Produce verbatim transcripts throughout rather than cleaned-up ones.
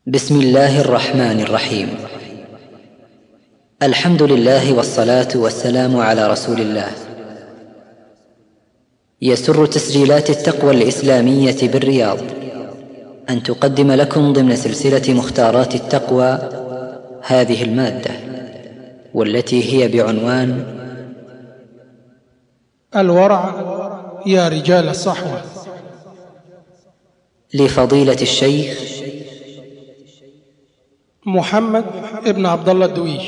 بسم الله الرحمن الرحيم. الحمد لله والصلاة والسلام على رسول الله. يسر تسجيلات التقوى الإسلامية بالرياض أن تقدم لكم ضمن سلسلة مختارات التقوى هذه المادة، والتي هي بعنوان الورع يا رجال الصحوة، لفضيلة الشيخ محمد ابن عبد الله الدويش.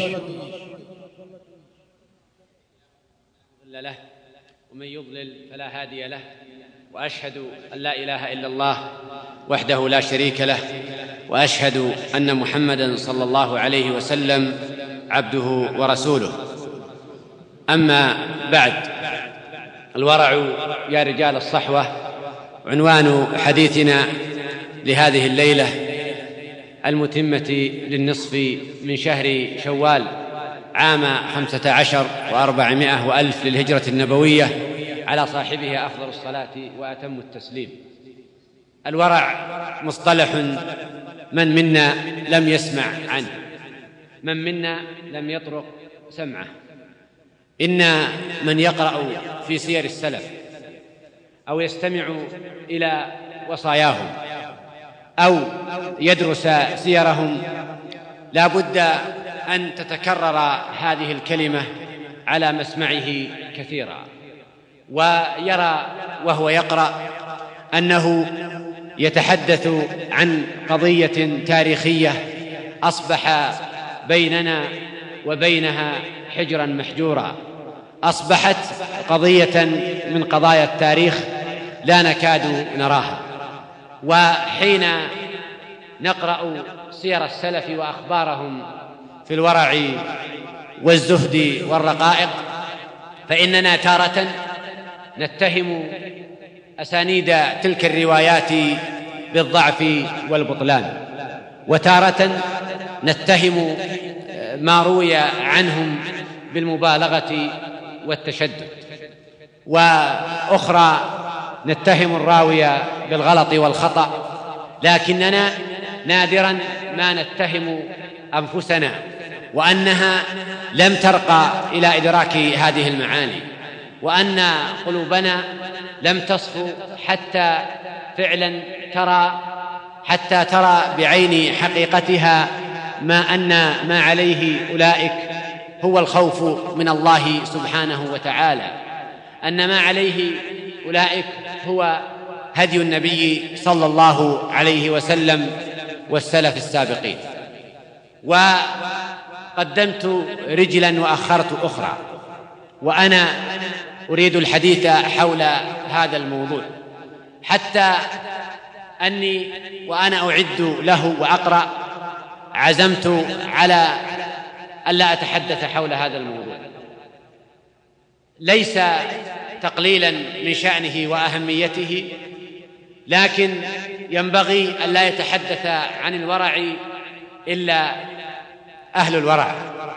له ومن يضلل فلا هادي له، وأشهد أن لا إله إلا الله وحده لا شريك له، وأشهد أن محمدًا صلى الله عليه وسلم عبده ورسوله. أما بعد، الورع يا رجال الصحوة عنوان حديثنا لهذه الليلة المتمة للنصف من شهر شوال عام خمسة عشر وأربعمائة وألف للهجرة النبوية، على صاحبها أفضل الصلاة وأتم التسليم. الورع مصطلح من منا لم يسمع عنه، من منا لم يطرق سمعه. إن من يقرأ في سير السلف أو يستمع إلى وصاياهم أو يدرس سيرهم لا بد أن تتكرر هذه الكلمة على مسمعه كثيرا، ويرى وهو يقرأ أنه يتحدث عن قضية تاريخية أصبح بيننا وبينها حجرا محجورا، أصبحت قضية من قضايا التاريخ لا نكاد نراها. وحين نقرأ سير السلف وأخبارهم في الورع والزهد والرقائق، فإننا تارة نتهم أسانيد تلك الروايات بالضعف والبطلان، وتارة نتهم ما روي عنهم بالمبالغة والتشدد، وأخرى نتهم الراوي بالغلط والخطأ. لكننا نادرا ما نتهم أنفسنا وأنها لم ترقى إلى إدراك هذه المعاني، وأن قلوبنا لم تصفو حتى فعلا ترى حتى ترى بعين حقيقتها ما أن ما عليه أولئك هو الخوف من الله سبحانه وتعالى، أن ما عليه أولئك هو هدي النبي صلى الله عليه وسلم والسلف السابقين. وقدمت رجلا وأخرت أخرى، وأنا أريد الحديث حول هذا الموضوع، حتى أني وأنا أعد له وأقرأ عزمت على ألا أتحدث حول هذا الموضوع، ليس تقليلا من شأنه وأهميته، لكن ينبغي ألا يتحدث عن الورع إلا أهل الورع،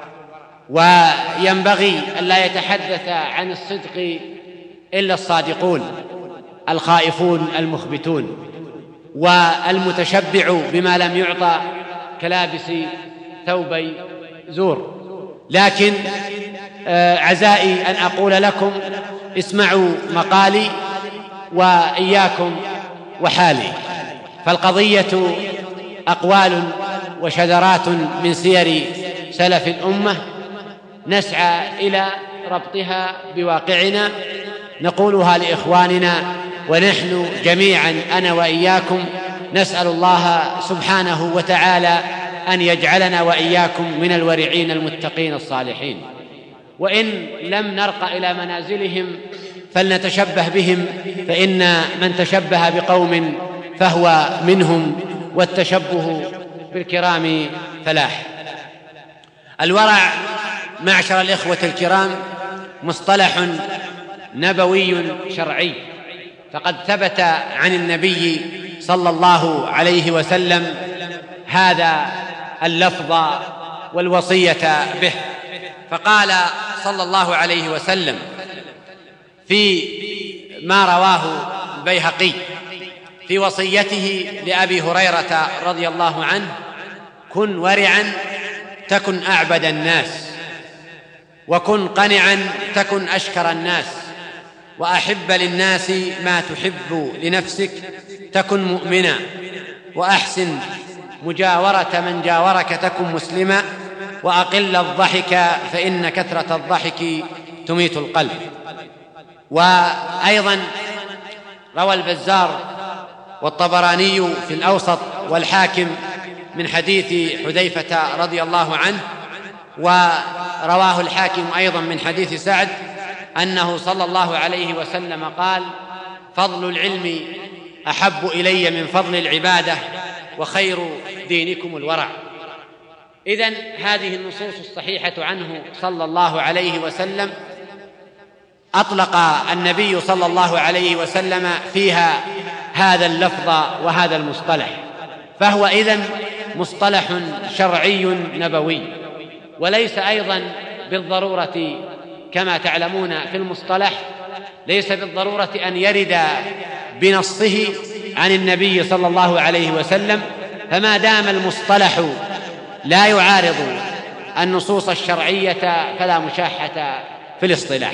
وينبغي ألا يتحدث عن الصدق إلا الصادقون الخائفون المخبتون، والمتشبع بما لم يعطى كلابس ثوبي زور. لكن آه عزائي أن أقول لكم اسمعوا مقالي وإياكم وحالي، فالقضية أقوال وشذرات من سير سلف الأمة نسعى إلى ربطها بواقعنا، نقولها لإخواننا، ونحن جميعا أنا وإياكم نسأل الله سبحانه وتعالى أن يجعلنا وإياكم من الورعين المتقين الصالحين. وإن لم نرق إلى منازلهم فلنتشبه بهم، فإن من تشبه بقوم فهو منهم، والتشبه بالكرام فلاح. الورع معشر الإخوة الكرام مصطلح نبوي شرعي، فقد ثبت عن النبي صلى الله عليه وسلم هذا اللفظ والوصية به، فقال صلى الله عليه وسلم في ما رواه البيهقي في وصيته لأبي هريرة رضي الله عنه كن ورعا تكن أعبد الناس، وكن قنعا تكن أشكر الناس، وأحب للناس ما تحب لنفسك تكن مؤمنا، وأحسن مجاورة من جاورك تكن مسلما، وأقل الضحك فإن كثرة الضحك تميت القلب. وأيضا روى البزار والطبراني في الأوسط والحاكم من حديث حذيفة رضي الله عنه، ورواه الحاكم أيضا من حديث سعد أنه صلى الله عليه وسلم قال: فضل العلم أحب إلي من فضل العبادة، وخير دينكم الورع. إذن هذه النصوص الصحيحة عنه صلى الله عليه وسلم أطلق النبي صلى الله عليه وسلم فيها هذا اللفظ وهذا المصطلح، فهو إذن مصطلح شرعي نبوي، وليس أيضا بالضرورة كما تعلمون في المصطلح ليس بالضرورة أن يرد بنصه عن النبي صلى الله عليه وسلم، فما دام المصطلح لا يعارض النصوص الشرعية فلا مشاحة في الاصطلاح.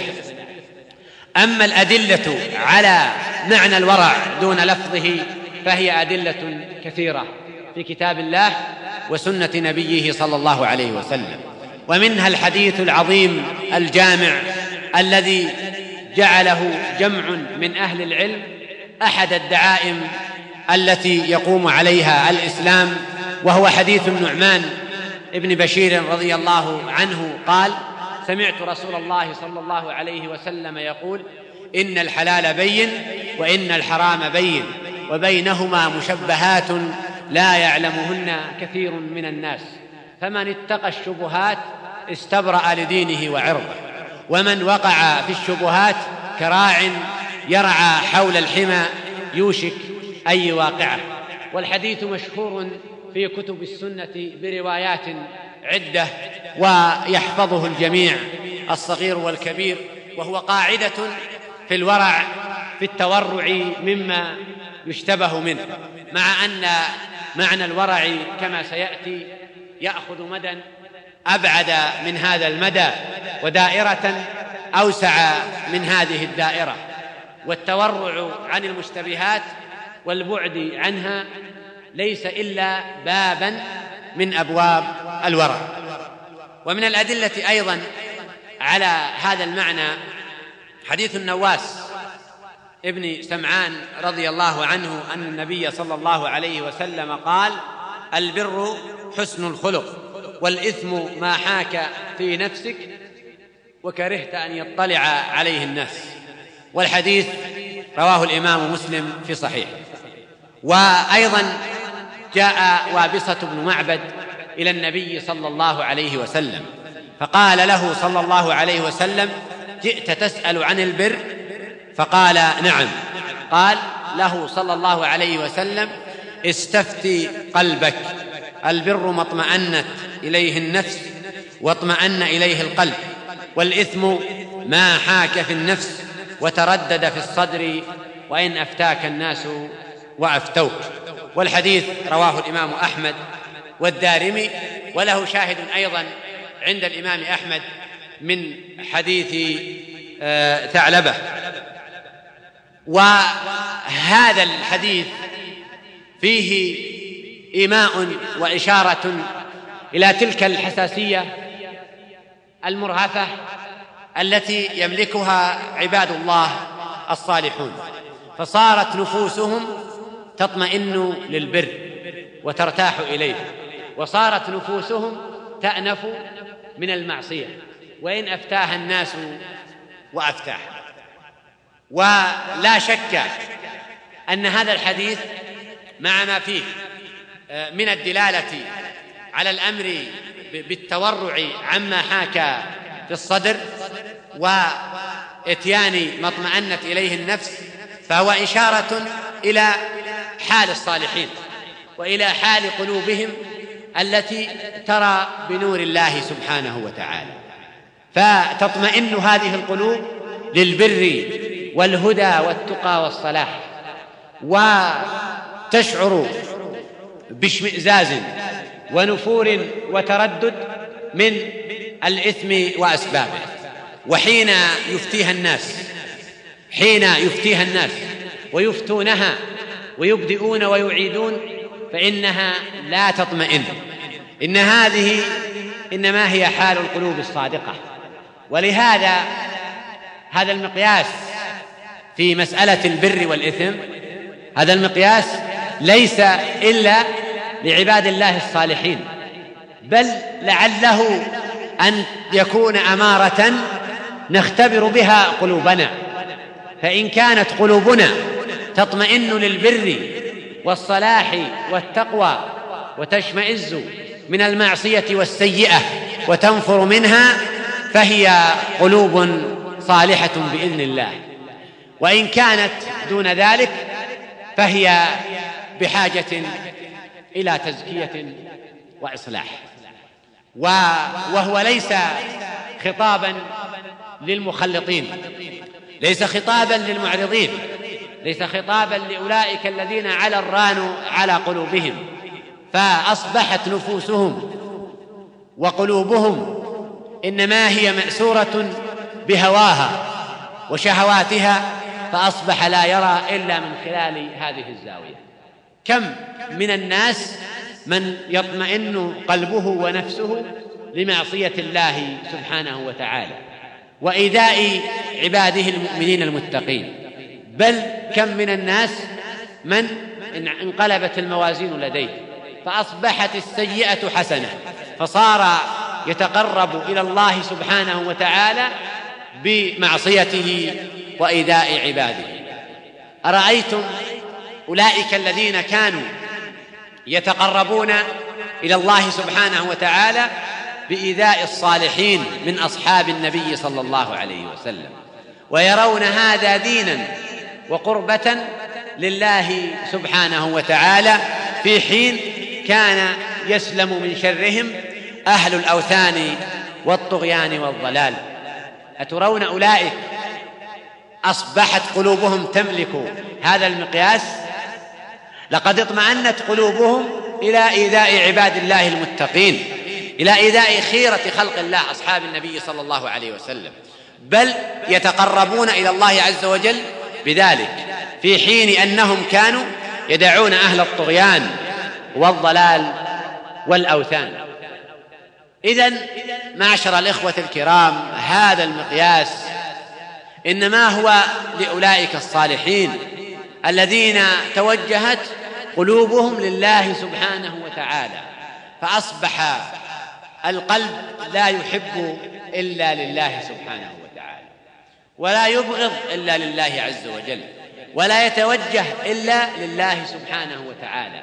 أما الأدلة على معنى الورع دون لفظه فهي أدلة كثيرة في كتاب الله وسنة نبيه صلى الله عليه وسلم، ومنها الحديث العظيم الجامع الذي جعله جمع من أهل العلم أحد الدعائم التي يقوم عليها الإسلام، وهو حديث النعمان ابن بشير رضي الله عنه قال: سمعت رسول الله صلى الله عليه وسلم يقول: إن الحلال بين وإن الحرام بين وبينهما مشبهات لا يعلمهن كثير من الناس، فمن اتقى الشبهات استبرأ لدينه وعرضه، ومن وقع في الشبهات كراع يرعى حول الحمى يوشك أن يواقعه. والحديث مشهور في كتب السنة بروايات عدة ويحفظه الجميع الصغير والكبير، وهو قاعدة في الورع في التورع مما يشتبه منه، مع أن معنى الورع كما سيأتي يأخذ مدى أبعد من هذا المدى ودائرة أوسع من هذه الدائرة، والتورع عن المشتبهات والبعد عنها ليس إلا بابا من أبواب الورع. ومن الأدلة أيضا على هذا المعنى حديث النواس ابن سمعان رضي الله عنه أن النبي صلى الله عليه وسلم قال: البر حسن الخلق، والإثم ما حاك في نفسك وكرهت أن يطلع عليه الناس. والحديث رواه الإمام مسلم في صحيح. وأيضا جاء وابصة بن معبد إلى النبي صلى الله عليه وسلم فقال له صلى الله عليه وسلم: جئت تسأل عن البر؟ فقال: نعم. قال له صلى الله عليه وسلم: استفتي قلبك، البر ما اطمأنت إليه النفس واطمأن إليه القلب، والإثم ما حاك في النفس وتردد في الصدر، وإن أفتاك الناس وأفتوك. والحديث رواه الإمام أحمد والدارمي، وله شاهد أيضا عند الإمام أحمد من حديث ثعلبة. وهذا الحديث فيه إيماء وإشارة إلى تلك الحساسية المرهفة التي يملكها عباد الله الصالحون، فصارت نفوسهم تطمئن للبر وترتاح إليه، وصارت نفوسهم تأنف من المعصية وإن أفتاها الناس وأفتاه. ولا شك أن هذا الحديث مع ما فيه من الدلالة على الأمر بالتورع عما حاك في الصدر وإتيان ما اطمأنت إليه النفس، فهو إشارة إلى حال الصالحين وإلى حال قلوبهم التي ترى بنور الله سبحانه وتعالى، فتطمئن هذه القلوب للبر والهدى والتقى والصلاح، وتشعر باشمئزاز ونفور وتردد من الإثم وأسبابه. وحين يفتيها الناس حين يفتيها الناس ويفتونها ويبدئون ويعيدون فإنها لا تطمئن. إن هذه إنما هي حال القلوب الصادقة. ولهذا هذا المقياس في مسألة البر والإثم، هذا المقياس ليس إلا لعباد الله الصالحين، بل لعله أن يكون أمارة نختبر بها قلوبنا. فإن كانت قلوبنا تطمئن للبر والصلاح والتقوى وتشمئز من المعصية والسيئة وتنفر منها، فهي قلوب صالحة بإذن الله. وإن كانت دون ذلك فهي بحاجة إلى تزكية وإصلاح. وهو ليس خطابا للمخلطين، ليس خطابا للمعرضين، ليس خطابا لأولئك الذين على الران على قلوبهم فأصبحت نفوسهم وقلوبهم إنما هي مأسورة بهواها وشهواتها، فأصبح لا يرى إلا من خلال هذه الزاوية. كم من الناس من يطمئن قلبه ونفسه لمعصية الله سبحانه وتعالى وإيذاء عباده المؤمنين المتقين، بل كم من الناس من انقلبت الموازين لديه فأصبحت السيئة حسنة، فصار يتقرب إلى الله سبحانه وتعالى بمعصيته وإيذاء عباده. أرأيتم أولئك الذين كانوا يتقربون إلى الله سبحانه وتعالى بإيذاء الصالحين من أصحاب النبي صلى الله عليه وسلم، ويرون هذا دينا وقربة لله سبحانه وتعالى، في حين كان يسلم من شرهم أهل الأوثان والطغيان والضلال. أترون أولئك أصبحت قلوبهم تملك هذا المقياس؟ لقد اطمأنت قلوبهم إلى إيذاء عباد الله المتقين، إلى إيذاء خيرة خلق الله أصحاب النبي صلى الله عليه وسلم، بل يتقربون إلى الله عز وجل بذلك، في حين أنهم كانوا يدعون أهل الطغيان والضلال والأوثان. إذن معشر الإخوة الكرام، هذا المقياس إنما هو لأولئك الصالحين الذين توجهت قلوبهم لله سبحانه وتعالى، فأصبح القلب لا يحب إلا لله سبحانه وتعالى، ولا يبغض إلا لله عز وجل، ولا يتوجه إلا لله سبحانه وتعالى،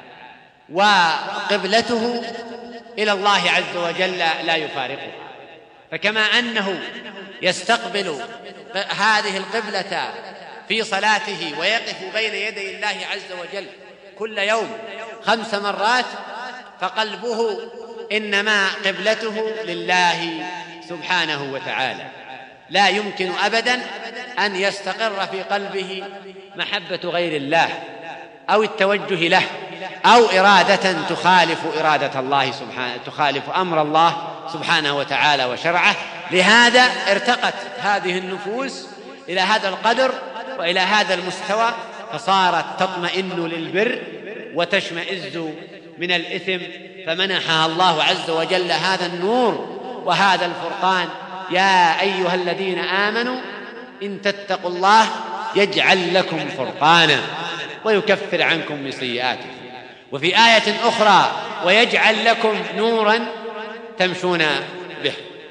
وقبلته إلى الله عز وجل لا يفارقها. فكما أنه يستقبل هذه القبلة في صلاته ويقف بين يدي الله عز وجل كل يوم خمس مرات، فقلبه إنما قبلته لله سبحانه وتعالى، لا يمكن أبدا أن يستقر في قلبه محبة غير الله أو التوجه له أو إرادة تخالف إرادة الله سبحانه، تخالف أمر الله سبحانه وتعالى وشرعه. لهذا ارتقت هذه النفوس إلى هذا القدر وإلى هذا المستوى، فصارت تطمئن للبر وتشمئز من الإثم، فمنحها الله عز وجل هذا النور وهذا الفرقان. يا أيها الذين آمنوا إن تتقوا الله يجعل لكم فرقانا ويكفر عنكم من سيئاتكم. وفي آية أخرى ويجعل لكم نورا تمشون به.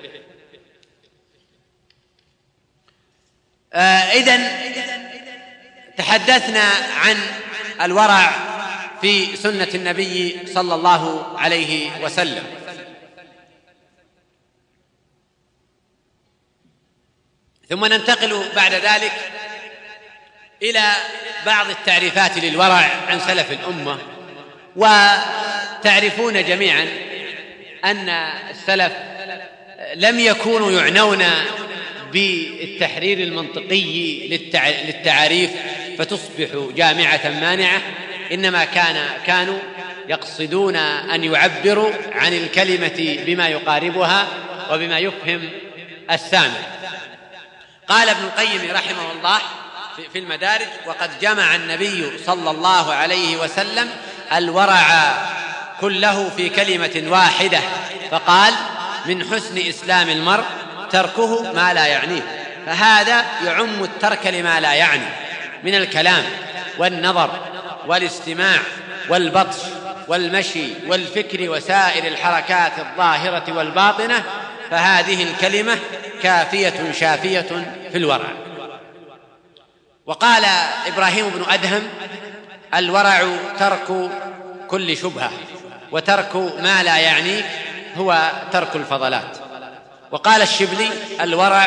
آه إذن تحدثنا عن الورع في سنة النبي صلى الله عليه وسلم. ثم ننتقل بعد ذلك إلى بعض التعريفات للورع عن سلف الأمة. وتعرفون جميعا أن السلف لم يكونوا يعنون بالتحرير المنطقي للتعاريف فتصبح جامعة مانعة، إنما كان كانوا يقصدون أن يعبروا عن الكلمة بما يقاربها وبما يفهم السامع. قال ابن القيم رحمه الله في المدارج: وقد جمع النبي صلى الله عليه وسلم الورع كله في كلمة واحدة، فقال: من حسن إسلام المرء تركه ما لا يعنيه. فهذا يعم الترك لما لا يعني من الكلام والنظر والاستماع والبطش والمشي والفكر وسائر الحركات الظاهرة والباطنة، فهذه الكلمة كافية شافية في الورع. وقال إبراهيم بن أدهم: الورع ترك كل شبهة، وترك ما لا يعنيك هو ترك الفضلات. وقال الشبلي: الورع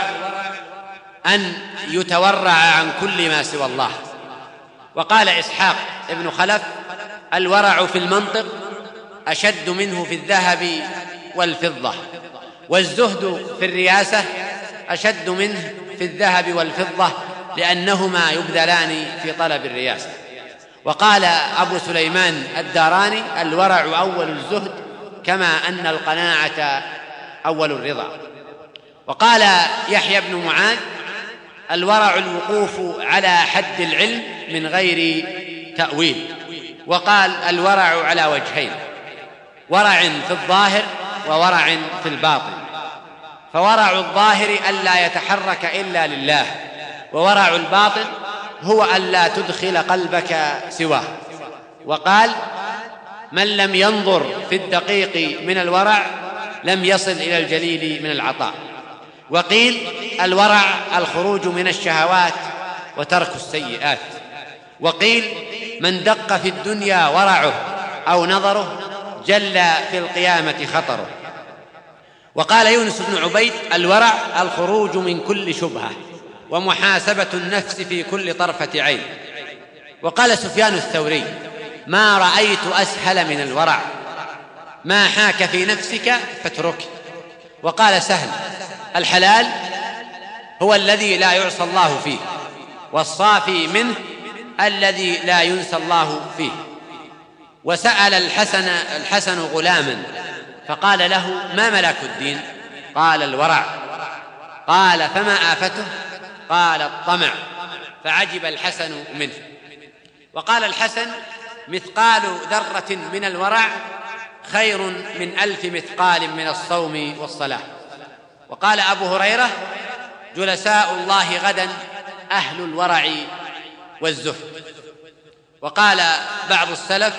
أن يتورع عن كل ما سوى الله. وقال إسحاق ابن خلف: الورع في المنطق أشد منه في الذهب والفضة، والزهد في الرياسة أشد منه في الذهب والفضة، لأنهما يبذلان في طلب الرياسة. وقال أبو سليمان الداراني: الورع أول الزهد، كما أن القناعة أول الرضا. وقال يحيى بن معاذ: الورع الوقوف على حد العلم من غير تأويل. وقال: الورع على وجهين: ورع في الظاهر وورع في الباطن، فورع الظاهر ألا يتحرك إلا لله، وورع الباطن هو ألا تدخل قلبك سواه. وقال: من لم ينظر في الدقيق من الورع لم يصل إلى الجليل من العطاء. وقيل: الورع الخروج من الشهوات وترك السيئات. وقيل: من دق في الدنيا ورعه أو نظره جل في القيامة خطره. وقال يونس بن عبيد: الورع الخروج من كل شبهة ومحاسبة النفس في كل طرفة عين. وقال سفيان الثوري: ما رأيت أسهل من الورع، ما حاك في نفسك فاتركه. وقال سهل: الحلال هو الذي لا يعصى الله فيه، والصافي منه الذي لا ينسى الله فيه. وسأل الحسن الحسن غلاما فقال له: ما ملاك الدين؟ قال: الورع. قال: فما آفته؟ قال: الطمع. فعجب الحسن منه. وقال الحسن: مثقال ذرة من الورع خير من ألف مثقال من الصوم والصلاة. وقال أبو هريرة: جلساء الله غدا أهل الورع والزهد. وقال بعض السلف: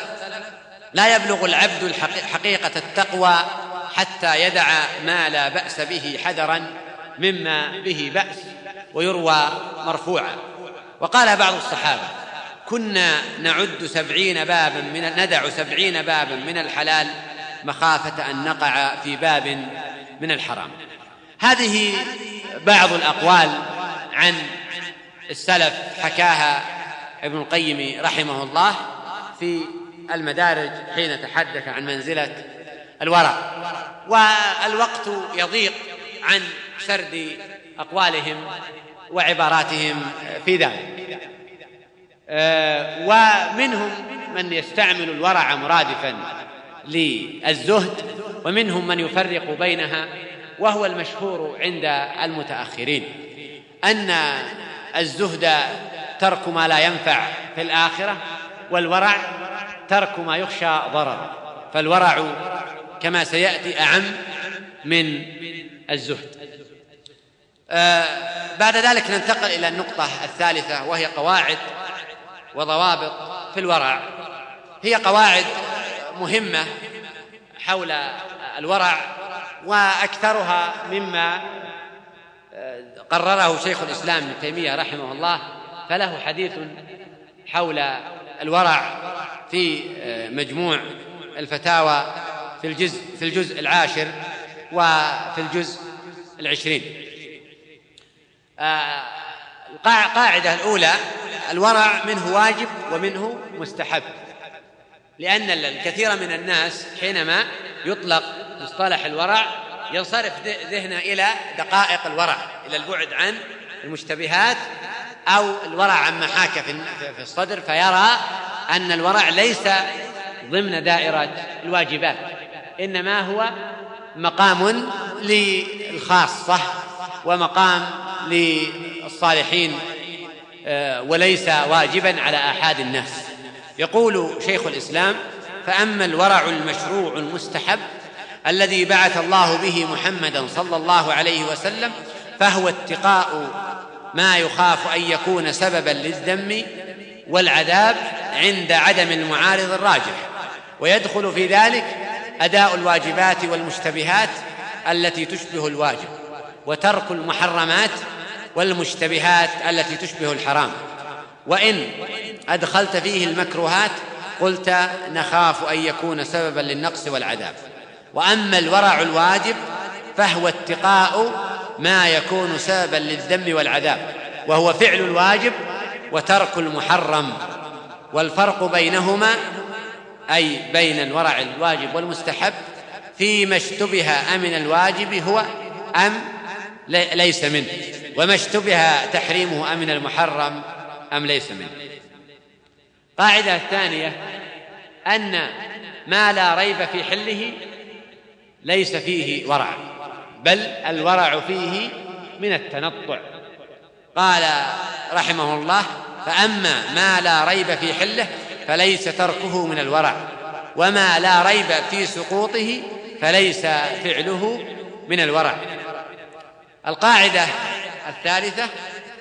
لا يبلغ العبد حقيقة التقوى حتى يدع ما لا بأس به حذرا مما به بأس، ويروى مرفوعا. وقال بعض الصحابة: كنا نعد سبعين بابا من ندع سبعين بابا من الحلال مخافة أن نقع في باب من الحرام. هذه بعض الأقوال عن السلف حكاها ابن القيم رحمه الله في المدارج حين تحدث عن منزلة الورع. والوقت يضيق عن سرد أقوالهم وعباراتهم في ذلك. ومنهم من يستعمل الورع مرادفا للزهد، ومنهم من يفرق بينها، وهو المشهور عند المتأخرين أن الزهد ترك ما لا ينفع في الآخرة، والورع ترك ما يخشى ضرره. فالورع كما سيأتي أعم من الزهد. آه بعد ذلك ننتقل إلى النقطة الثالثة، وهي قواعد وضوابط في الورع. هي قواعد مهمة حول الورع، وأكثرها مما قرره شيخ الإسلام ابن تيمية رحمه الله، فله حديث حول الورع في مجموع الفتاوى في الجزء في الجزء العاشر وفي الجزء العشرين. القاعدة الأولى: الورع منه واجب ومنه مستحب، لأن الكثير من الناس حينما يطلق مصطلح الورع ينصرف ذهنه إلى دقائق الورع، إلى البعد عن المشتبهات أو الورع عما حاك في الصدر، فيرى أن الورع ليس ضمن دائرة الواجبات، إنما هو مقام للخاصة ومقام للصالحين وليس واجبا على آحاد الناس. يقول شيخ الإسلام: فأما الورع المشروع المستحب الذي بعث الله به محمدا صلى الله عليه وسلم فهو اتقاء ما يخاف أن يكون سببا للذم والعذاب عند عدم المعارض الراجح، ويدخل في ذلك أداء الواجبات والمشتبهات التي تشبه الواجب، وترك المحرمات والمشتبهات التي تشبه الحرام. وإن أدخلت فيه المكروهات قلت نخاف أن يكون سببا للنقص والعذاب. وأما الورع الواجب فهو اتقاء ما يكون سببا للذم والعذاب، وهو فعل الواجب وترك المحرم. والفرق بينهما أي بين الورع الواجب والمستحب فيما اشتبه أمن الواجب هو أم ليس منه، وما اشتبه تحريمه أمن المحرم أم ليس منه. قاعدة الثانية أن ما لا ريب في حله ليس فيه ورع، بل الورع فيه من التنطع. قال رحمه الله: فأما ما لا ريب في حله فليس تركه من الورع، وما لا ريب في سقوطه فليس فعله من الورع. القاعدة الثالثة: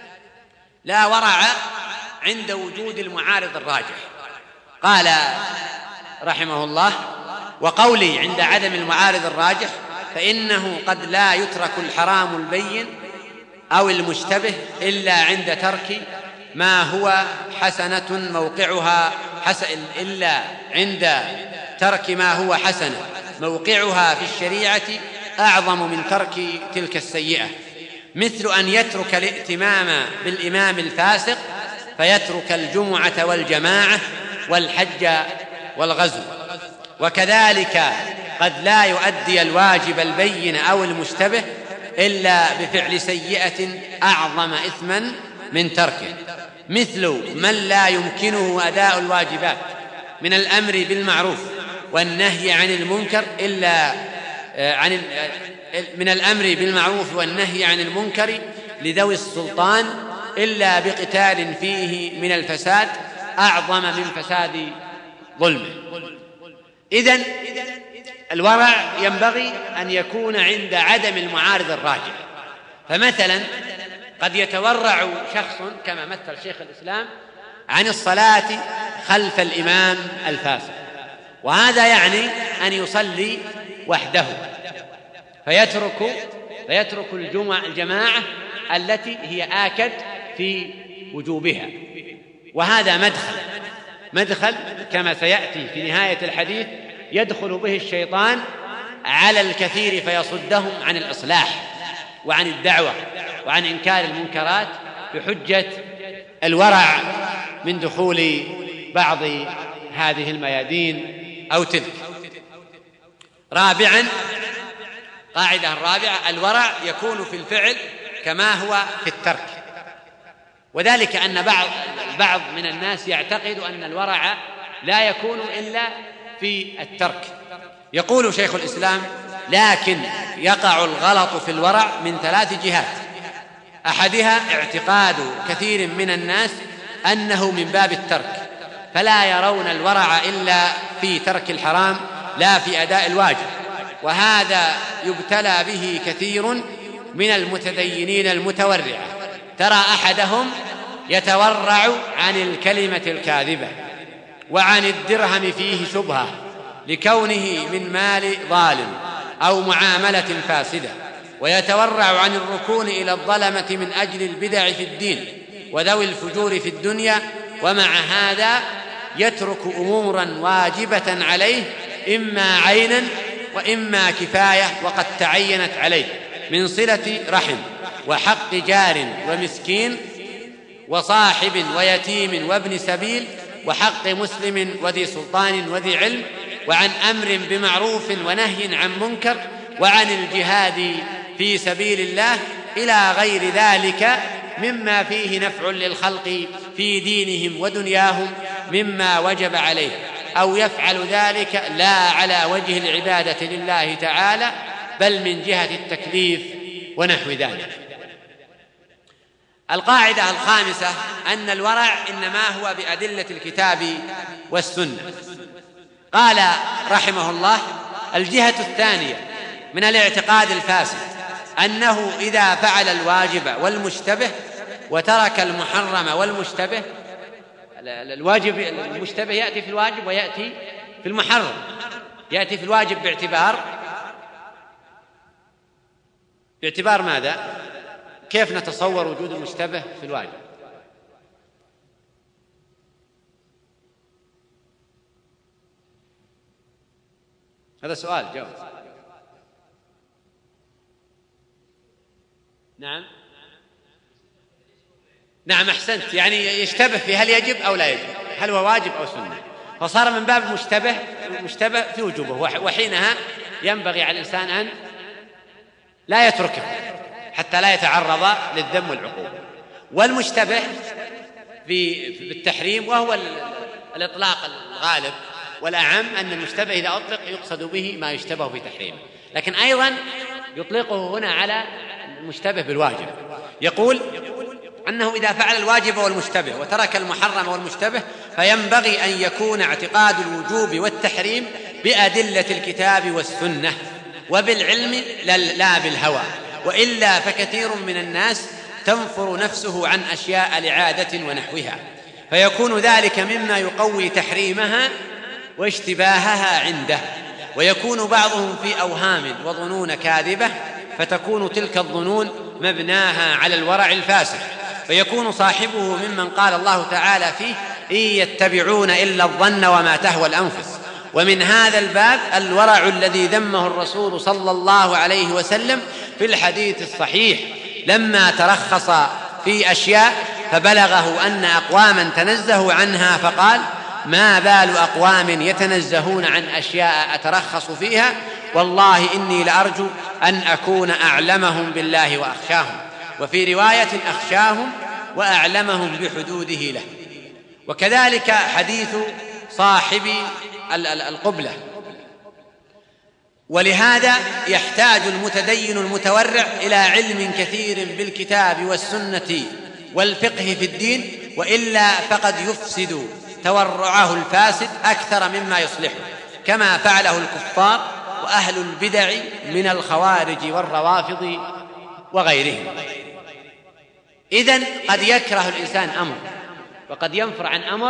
لا ورع عند وجود المعارض الراجح. قال رحمه الله: وقولي عند عدم المعارض الراجح فإنه قد لا يترك الحرام البين أو المشتبه إلا عند ترك ما هو حسنة موقعها حسن إلا عند ترك ما هو حسنة موقعها في الشريعة أعظم من ترك تلك السيئة، مثل أن يترك الائتمام بالإمام الفاسق فيترك الجمعة والجماعة والحج والغزو. وكذلك قد لا يؤدي الواجب البين أو المشتبه إلا بفعل سيئة أعظم إثما من تركه، مثل من لا يمكنه أداء الواجبات من الأمر بالمعروف والنهي عن المنكر إلا عن من الأمر بالمعروف والنهي عن المنكر لذوي السلطان إلا بقتال فيه من الفساد أعظم من فساد ظلمه. إذن الورع ينبغي أن يكون عند عدم المعارض الراجح. فمثلا قد يتورع شخص كما مثل شيخ الإسلام عن الصلاة خلف الإمام الفاسق، وهذا يعني أن يصلي وحده فيترك فيترك الجمع الجماعة التي هي آكد في وجوبها. وهذا مدخل مدخل كما سيأتي في نهاية الحديث يدخل به الشيطان على الكثير فيصدهم عن الإصلاح وعن الدعوة وعن إنكار المنكرات بحجة الورع من دخول بعض هذه الميادين أو تلك. رابعا، قاعدة الرابعة: الورع يكون في الفعل كما هو في الترك، وذلك أن بعض بعض من الناس يعتقد أن الورع لا يكون إلا في الترك. يقول شيخ الإسلام: لكن يقع الغلط في الورع من ثلاث جهات. أحدها اعتقاد كثير من الناس أنه من باب الترك، فلا يرون الورع إلا في ترك الحرام لا في أداء الواجب، وهذا يبتلى به كثير من المتدينين المتورعة. ترى أحدهم يتورع عن الكلمة الكاذبة وعن الدرهم فيه شبهة لكونه من مال ظالم أو معاملة فاسدة، ويتورع عن الركون إلى الظلمة من أجل البدع في الدين وذوي الفجور في الدنيا، ومع هذا يترك أمورا واجبة عليه إما عينا وإما كفاية وقد تعينت عليه من صلة رحم وحق جار ومسكين وصاحب ويتيم وابن سبيل وحق مسلم وذي سلطان وذي علم، وعن أمر بمعروف ونهي عن منكر، وعن الجهاد في سبيل الله إلى غير ذلك مما فيه نفع للخلق في دينهم ودنياهم مما وجب عليه أو يفعل ذلك لا على وجه العبادة لله تعالى بل من جهة التكليف ونحو ذلك. القاعدة الخامسة أن الورع إنما هو بأدلة الكتاب والسنة. قال رحمه الله: الجهة الثانية من الاعتقاد الفاسد أنه إذا فعل الواجب والمشتبه وترك المحرم والمشتبه، الواجب المشتبه يأتي في الواجب ويأتي في المحرم. يأتي في الواجب باعتبار باعتبار ماذا؟ كيف نتصور وجود المشتبه في الواجب؟ هذا سؤال، جاوب. نعم نعم أحسنت، يعني يشتبه في هل يجب أو لا يجب، هل هو واجب أو سنة، فصار من باب المشتبه المشتبه في وجوبه، وحينها ينبغي على الإنسان أن لا يتركه حتى لا يتعرض للذم والعقوبة. والمشتبه بالتحريم، وهو الإطلاق الغالب والأعم أن المشتبه إذا أطلق يقصد به ما يشتبه في تحريمه، لكن أيضا يطلقه هنا على المشتبه بالواجب. يقول أنه إذا فعل الواجب والمشتبه وترك المحرم والمشتبه فينبغي أن يكون اعتقاد الوجوب والتحريم بأدلة الكتاب والسنة وبالعلم لا بالهوى، وإلا فكثير من الناس تنفر نفسه عن أشياء لعادة ونحوها، فيكون ذلك مما يقوي تحريمها واشتباهها عنده، ويكون بعضهم في أوهام وظنون كاذبة، فتكون تلك الظنون مبناها على الورع الفاسد، فيكون صاحبه ممن قال الله تعالى فيه: إن يتبعون إلا الظن وما تهوى الأنفس. ومن هذا الباب الورع الذي ذمه الرسول صلى الله عليه وسلم في الحديث الصحيح لما ترخص في أشياء فبلغه أن أقواما تنزهوا عنها، فقال: ما بال أقوام يتنزهون عن أشياء أترخص فيها، والله إني لأرجو أن أكون أعلمهم بالله وأخشاهم، وفي رواية أخشاهم وأعلمهم بحدوده له. وكذلك حديث صاحب القبلة. ولهذا يحتاج المتدين المتورع إلى علم كثير بالكتاب والسنة والفقه في الدين، وإلا فقد يفسد تورعه الفاسد أكثر مما يصلحه، كما فعله الكفار وأهل البدع من الخوارج والروافض وغيرهم. إذن قد يكره الإنسان أمر وقد ينفر عن أمر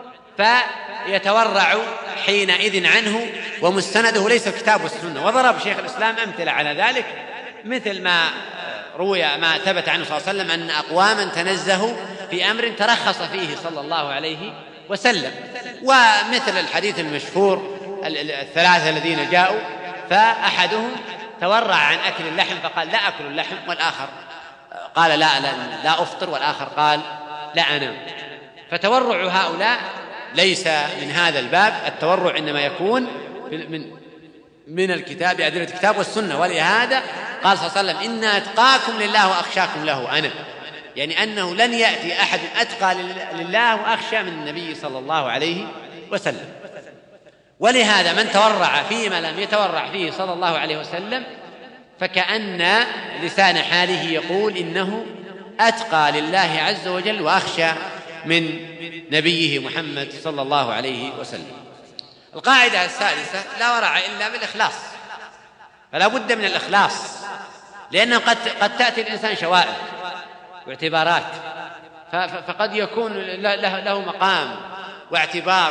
فيتورع حينئذ عنه، ومستنده ليس الكتاب والسنة. وضرب شيخ الإسلام أمثلة على ذلك، مثل ما روي ما ثبت عنه صلى الله عليه وسلم أن أقواما تنزهوا في أمر ترخص فيه صلى الله عليه وسلم، ومثل الحديث المشهور الثلاثة الذين جاءوا فأحدهم تورع عن أكل اللحم فقال: لا أكل اللحم، والآخر قال: لا, لا, لا أفطر، والآخر قال: لا أنام. فتورع هؤلاء ليس من هذا الباب، التورع إنما يكون من من الكتاب، أدلة الكتاب والسنة. ولهذا قال صلى الله عليه وسلم: إن أتقاكم لله وأخشاكم له أنا، يعني أنه لن يأتي أحد أتقى لله وأخشى من النبي صلى الله عليه وسلم. ولهذا من تورع فيما لم يتورع فيه صلى الله عليه وسلم فكأن لسان حاله يقول إنه أتقى لله عز وجل وأخشى من نبيه محمد صلى الله عليه وسلم. القاعدة الثالثة: لا ورع إلا بالإخلاص، فلا بد من الإخلاص، لأنه قد, قد تأتي الإنسان شوائب واعتبارات، فقد يكون له, له مقام واعتبار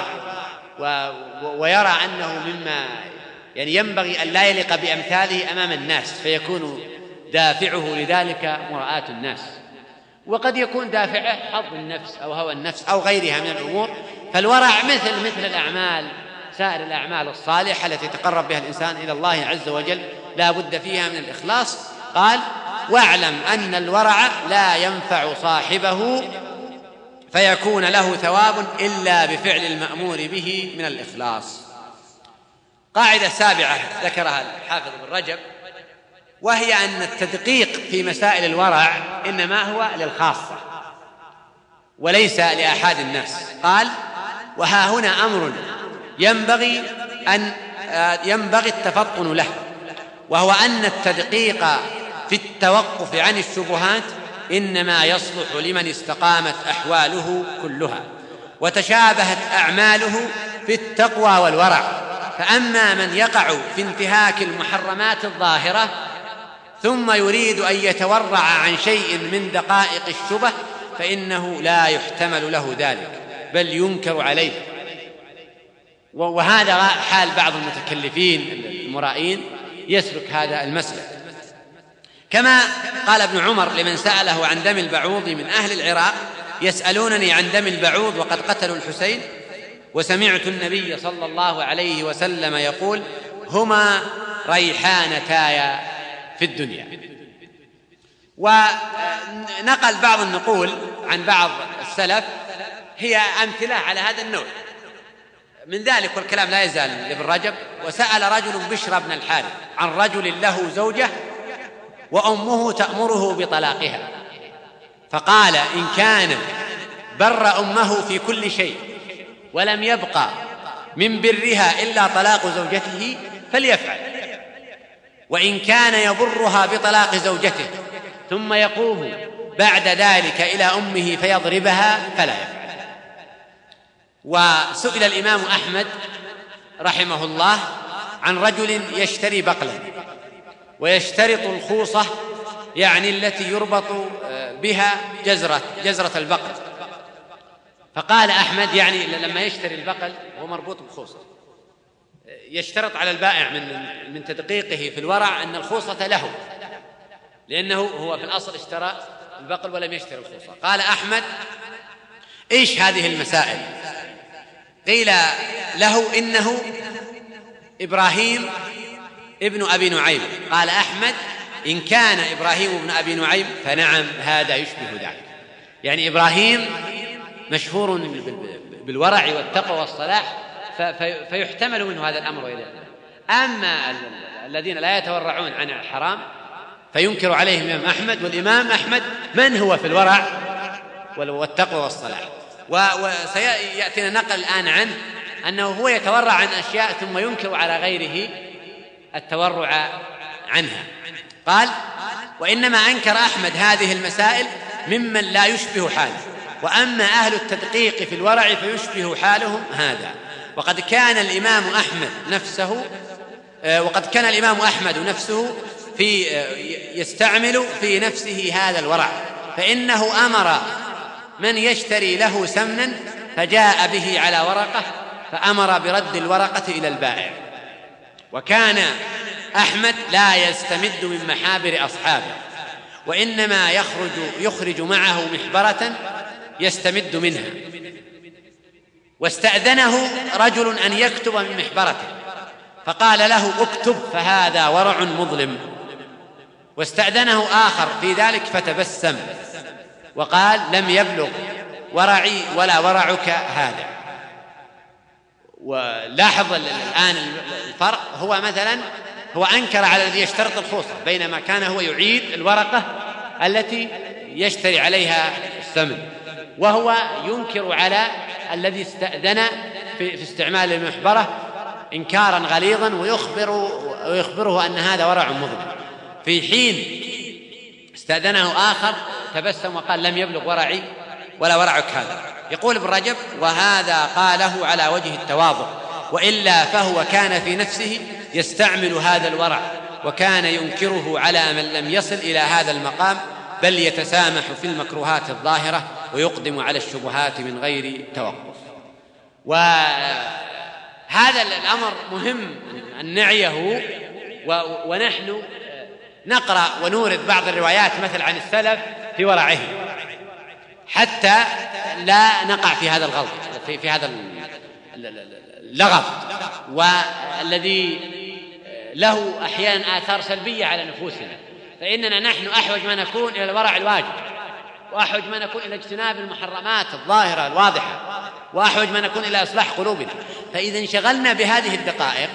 ويرى أنه مما يعني ينبغي أن لا يليق بأمثاله أمام الناس، فيكون دافعه لذلك مراءة الناس، وقد يكون دافعه حظ النفس أو هوى النفس أو غيرها من الأمور. فالورع مثل مثل الأعمال، سائر الأعمال الصالحة التي يتقرب بها الإنسان إلى الله عز وجل لا بد فيها من الإخلاص. قال: واعلم أن الورع لا ينفع صاحبه فيكون له ثواب إلا بفعل المأمور به من الإخلاص. قاعدة سابعة ذكرها الحافظ ابن رجب، وهي أن التدقيق في مسائل الورع إنما هو للخاصة وليس لأحد الناس. قال: وها هنا أمر ينبغي أن ينبغي التفطن له، وهو أن التدقيق في التوقف عن الشبهات إنما يصلح لمن استقامت أحواله كلها وتشابهت أعماله في التقوى والورع. فأما من يقع في انتهاك المحرمات الظاهرة ثم يريد أن يتورع عن شيء من دقائق الشبه فإنه لا يحتمل له ذلك بل ينكر عليه. وهذا حال بعض المتكلفين المرائين يسلك هذا المسلك، كما قال ابن عمر لمن سأله عن دم البعوض من أهل العراق: يسألونني عن دم البعوض وقد قتلوا الحسين، وسمعت النبي صلى الله عليه وسلم يقول: هما ريحانتايا في الدنيا. ونقل بعض النقول عن بعض السلف هي أمثلة على هذا النوع من ذلك، والكلام لا يزال لابن رجب: وسأل رجل بشر بن الحارث عن رجل له زوجة وأمه تأمره بطلاقها، فقال: إن كان بر أمه في كل شيء ولم يبقى من برها إلا طلاق زوجته فليفعل، وإن كان يبرها بطلاق زوجته ثم يقوم بعد ذلك إلى أمه فيضربها فلا يفعل. وسئل الإمام أحمد رحمه الله عن رجل يشتري بقلا ويشترط الخوصة، يعني التي يربط بها جزرة جزرة البقل، فقال أحمد: يعني لما يشتري البقل هو مربوط بخوصة، يشترط على البائع من من تدقيقه في الورع أن الخوصة له، لأنه هو في الأصل اشترى البقل ولم يشتري الخوصة. قال أحمد: إيش هذه المسائل؟ قيل له: إنه إبراهيم ابن أبي نعيم. قال أحمد: إن كان إبراهيم ابن أبي نعيم فنعم هذا يشبه ذلك. يعني إبراهيم مشهور بالورع والتقوى والصلاح، فيحتمل منه هذا الأمر وإلى أما الذين لا يتورعون عن الحرام فينكر عليهم الإمام أحمد. والإمام أحمد من هو في الورع والتقوى والصلاح؟ وسيأتينا نقل الآن عنه أنه هو يتورع عن أشياء ثم ينكر على غيره التورع عنها. قال: وإنما أنكر أحمد هذه المسائل ممن لا يشبه حاله، وأما أهل التدقيق في الورع فيشبه حالهم هذا. وقد كان الإمام أحمد نفسه وقد كان الإمام أحمد نفسه في يستعمل في نفسه هذا الورع، فإنه أمر من يشتري له سمنا فجاء به على ورقة فأمر برد الورقة إلى البائع. وكان أحمد لا يستمد من محابر أصحابه، وإنما يخرج يخرج معه محبرة يستمد منها. واستأذنه رجل أن يكتب من محبرته فقال له: اكتب فهذا ورع مظلم. واستأذنه آخر في ذلك فتبسم وقال: لم يبلغ ورعي ولا ورعك هذا. ولاحظ الآن الفرق، هو مثلا هو أنكر على الذي يشترط الخوصة، بينما كان هو يعيد الورقة التي يشتري عليها الثمن، وهو ينكر على الذي استأذن في استعمال المحبرة إنكارا غليظا ويخبر ويخبره أن هذا ورع مظلم، في حين استأذنه آخر تبسم وقال: لم يبلغ ورعي ولا ورعك هذا. يقول ابن رجب: وهذا قاله على وجه التواضع، وإلا فهو كان في نفسه يستعمل هذا الورع، وكان ينكره على من لم يصل إلى هذا المقام، بل يتسامح في المكروهات الظاهرة ويقدم على الشبهات من غير توقف. وهذا الأمر مهم أن نعيه، ونحن نقرأ ونورد بعض الروايات مثل عن السلف في ورعه حتى لا نقع في هذا الغلط، في, في هذا اللغط، والذي له أحيانا آثار سلبية على نفوسنا. فإننا نحن أحوج ما نكون إلى الورع الواجب، وأحوج ما نكون إلى اجتناب المحرمات الظاهرة الواضحة، وأحوج ما نكون إلى إصلاح قلوبنا. فإذا انشغلنا بهذه الدقائق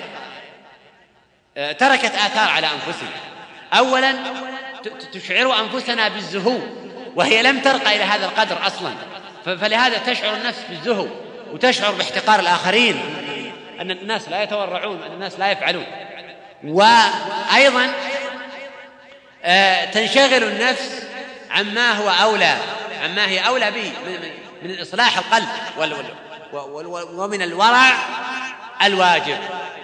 تركت آثار على أنفسنا. أولا تشعر أنفسنا بالزهو، وهي لم ترقى إلى هذا القدر أصلا، فلهذا تشعر النفس بالزهو وتشعر باحتقار الآخرين أن الناس لا يتورعون، أن الناس لا يفعلون. وأيضا تنشغل النفس عما هو أولى، عما هي أولى به من إصلاح القلب ومن الورع الواجب.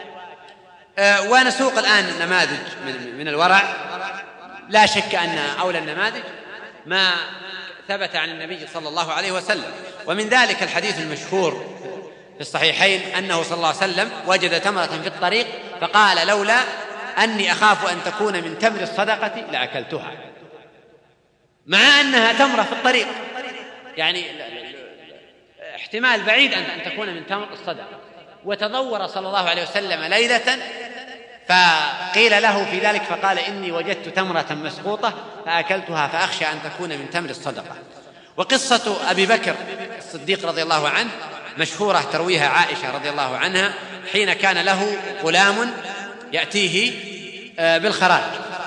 ونسوق الآن نماذج من الورع. لا شك أن أولى النماذج ما ثبت عن النبي صلى الله عليه وسلم، ومن ذلك الحديث المشهور في الصحيحين أنه صلى الله عليه وسلم وجد تمرة في الطريق فقال: لولا أني أخاف أن تكون من تمر الصدقة لأكلتها، مع أنها تمرة في الطريق، يعني احتمال بعيد أن تكون من تمر الصدقة. وتضور صلى الله عليه وسلم ليلة فقيل له في ذلك فقال: إني وجدت تمرة مسقوطة فأكلتها فأخشى أن تكون من تمر الصدقة. وقصة أبي بكر الصديق رضي الله عنه مشهورة ترويها عائشة رضي الله عنها، حين كان له غلام يأتيه بالخراج،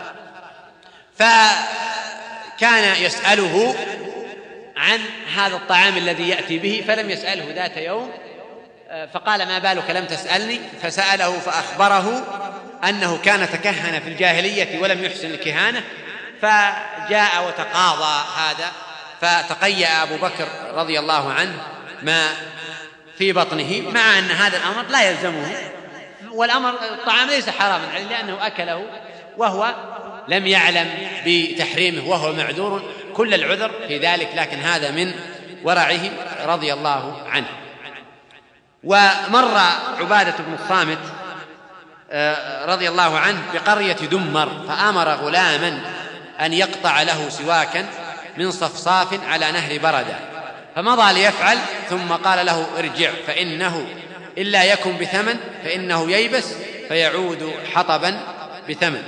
فكان يسأله عن هذا الطعام الذي يأتي به، فلم يسأله ذات يوم فقال: ما بالك لم تسألني؟ فسأله فأخبره أنه كان تكهن في الجاهلية ولم يحسن الكهانة، فجاء وتقاضى هذا، فتقيأ أبو بكر رضي الله عنه ما في بطنه، مع أن هذا الأمر لا يلزمه، والأمر الطعام ليس حراما عليه لأنه أكله وهو لم يعلم بتحريمه وهو معذور كل العذر في ذلك، لكن هذا من ورعه رضي الله عنه. ومر عبادة بن الصامت رضي الله عنه بقرية دمر، فأمر غلاما أن يقطع له سواكا من صفصاف على نهر بردة، فمضى ليفعل، ثم قال له: ارجع فإنه إلا يكن بثمن فإنه ييبس فيعود حطبا بثمن.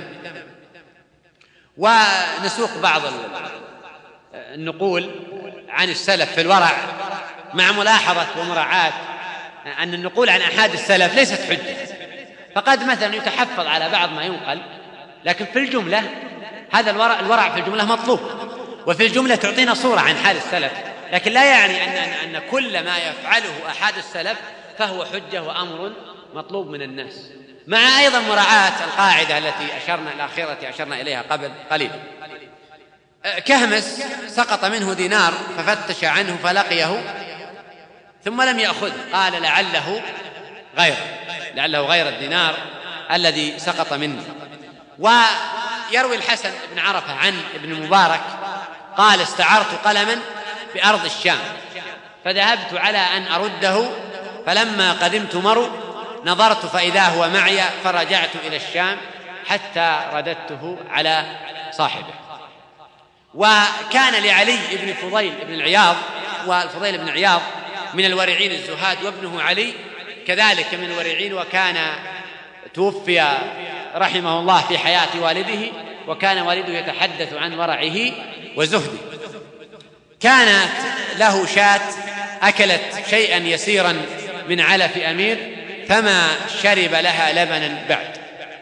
ونسوق بعض النقول عن السلف في الورع، مع ملاحظة ومراعاة أن النقول عن أحد السلف ليست حجة، فقد مثلا يتحفظ على بعض ما ينقل، لكن في الجملة هذا الورع, الورع في الجملة مطلوب، وفي الجملة تعطينا صورة عن حال السلف، لكن لا يعني أن, أن كل ما يفعله أحد السلف فهو حجة وأمر مطلوب من الناس، مع أيضا مراعاة القاعدة التي أشرنا الأخيرة أشرنا إليها قبل قليل. كهمس سقط منه دينار ففتش عنه فلقيه ثم لم يأخذه، قال: لعله غير لعله غير الدينار الذي سقط منه. ويروي الحسن بن عرفة عن ابن مبارك قال: استعرت قلما بأرض الشام فذهبت على أن أرده، فلما قدمت مرو نظرت فإذا هو معي، فرجعت إلى الشام حتى رددته على صاحبه. وكان لعلي بن فضيل بن العياض، والفضيل بن عياض من الورعين الزهاد، وابنه علي كذلك من الورعين، وكان توفي رحمه الله في حياة والده، وكان والده يتحدث عن ورعه وزهده. كانت له شاة أكلت شيئا يسيرا من علف أمير فما شرب لها لبنا بعد،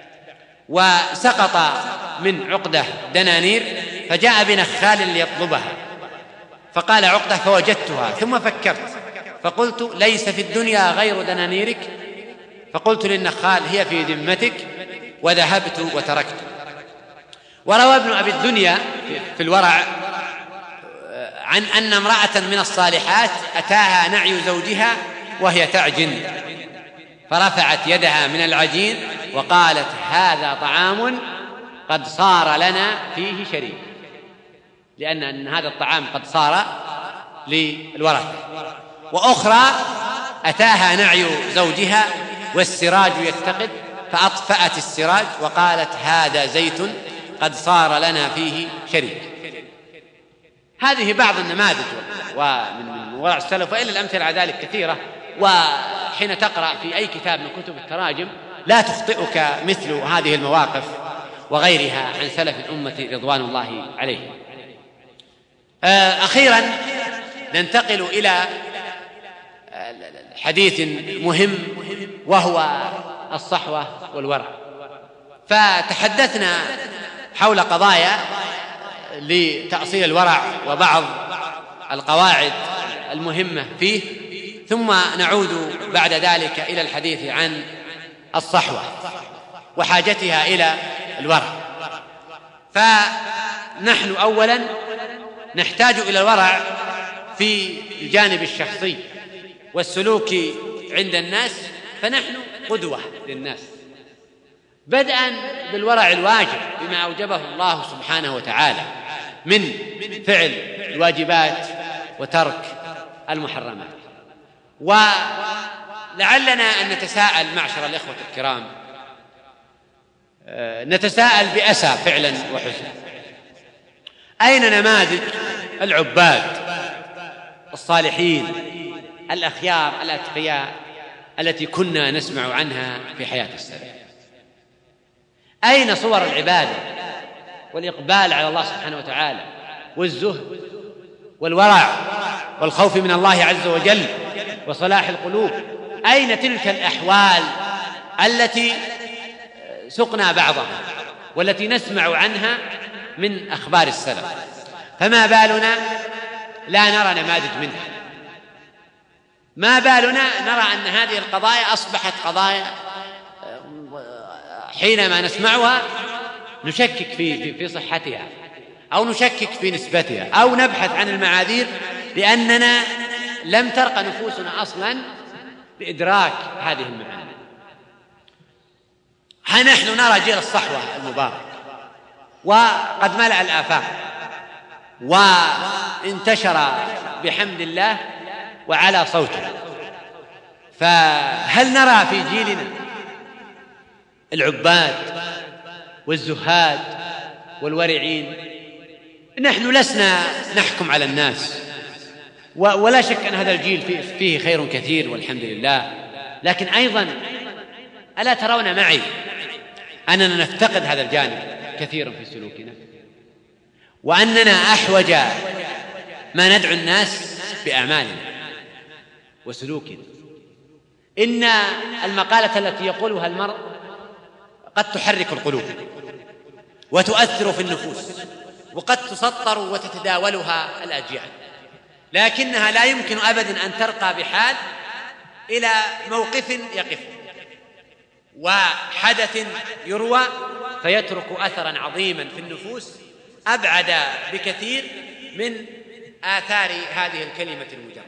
وسقط من عقدة دنانير فجاء بنخال ليطلبها، فقال عقدة: فوجدتها ثم فكرت فقلت: ليس في الدنيا غير دنانيرك، فقلت للنخال: هي في ذمتك، وذهبت وتركت. وروى ابن أبي الدنيا في الورع عن أن امرأة من الصالحات أتاها نعي زوجها وهي تعجن، فرفعت يدها من العجين وقالت: هذا طعام قد صار لنا فيه شريك، لأن أن هذا الطعام قد صار للورثة. وأخرى أتاها نعي زوجها والسراج يتقد فأطفأت السراج وقالت: هذا زيت قد صار لنا فيه شريك. هذه بعض النماذج ومن ورع السلف، وإلا الأمثلة على ذلك كثيرة. وحين تقرأ في أي كتاب من كتب التراجم لا تخطئك مثل هذه المواقف وغيرها عن سلف الأمة رضوان الله عليهم. أخيرا ننتقل إلى حديث مهم وهو الصحوة والورع. فتحدثنا حول قضايا لتأصيل الورع وبعض القواعد المهمة فيه، ثم نعود بعد ذلك إلى الحديث عن الصحوة وحاجتها إلى الورع. فنحن أولا نحتاج إلى الورع في الجانب الشخصي والسلوك عند الناس، فنحن قدوة للناس، بدءا بالورع الواجب بما أوجبه الله سبحانه وتعالى من فعل الواجبات وترك المحرمات. ولعلنا أن نتساءل معشر الإخوة الكرام، نتساءل بأسى فعلا وحزن، أين نماذج العباد الصالحين الأخيار الأتقياء التي كنا نسمع عنها في حياة السلف؟ أين صور العبادة والإقبال على الله سبحانه وتعالى والزهد والورع والخوف من الله عز وجل وصلاح القلوب؟ أين تلك الأحوال التي سقنا بعضها والتي نسمع عنها من أخبار السلف؟ فما بالنا لا نرى نماذج منها؟ ما بالنا نرى أن هذه القضايا أصبحت قضايا حينما نسمعها نشكك في في صحتها أو نشكك في نسبتها أو نبحث عن المعاذير، لأننا لم ترق نفوسنا أصلا بإدراك هذه المعاني. ها نحن نرى جيل الصحوة المبارك وقد ملأ الآفاق وانتشر بحمد الله وعلى صوته، فهل نرى في جيلنا العباد والزهاد والورعين؟ نحن لسنا نحكم على الناس، ولا شك أن هذا الجيل فيه خير كثير والحمد لله، لكن أيضا ألا ترون معي أننا نفتقد هذا الجانب كثيرا في سلوكنا، وأننا أحوج ما ندعو الناس بأعمالنا وسلوكنا. إن المقالة التي يقولها المرء قد تحرك القلوب وتؤثر في النفوس وقد تسطر وتتداولها الأجيال، لكنها لا يمكن أبدا أن ترقى بحال إلى موقف يقف وحدث يروى فيترك أثرا عظيما في النفوس أبعد بكثير من آثار هذه الكلمة المجردة.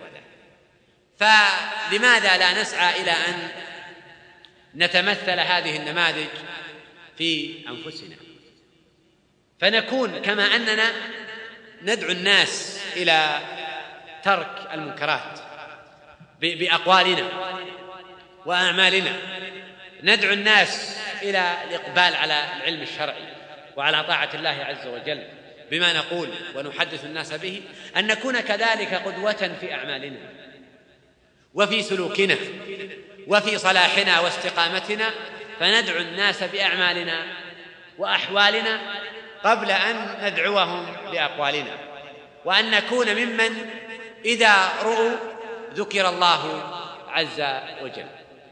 فلماذا لا نسعى إلى أن نتمثل هذه النماذج في أنفسنا، فنكون كما أننا ندعو الناس إلى ترك المنكرات بأقوالنا وأعمالنا، ندعو الناس إلى الإقبال على العلم الشرعي وعلى طاعة الله عز وجل بما نقول ونحدث الناس به، أن نكون كذلك قدوة في أعمالنا وفي سلوكنا وفي صلاحنا واستقامتنا، فندعو الناس بأعمالنا وأحوالنا قبل أن ندعوهم بأقوالنا، وأن نكون ممن إذا رؤوا ذكر الله عز وجل.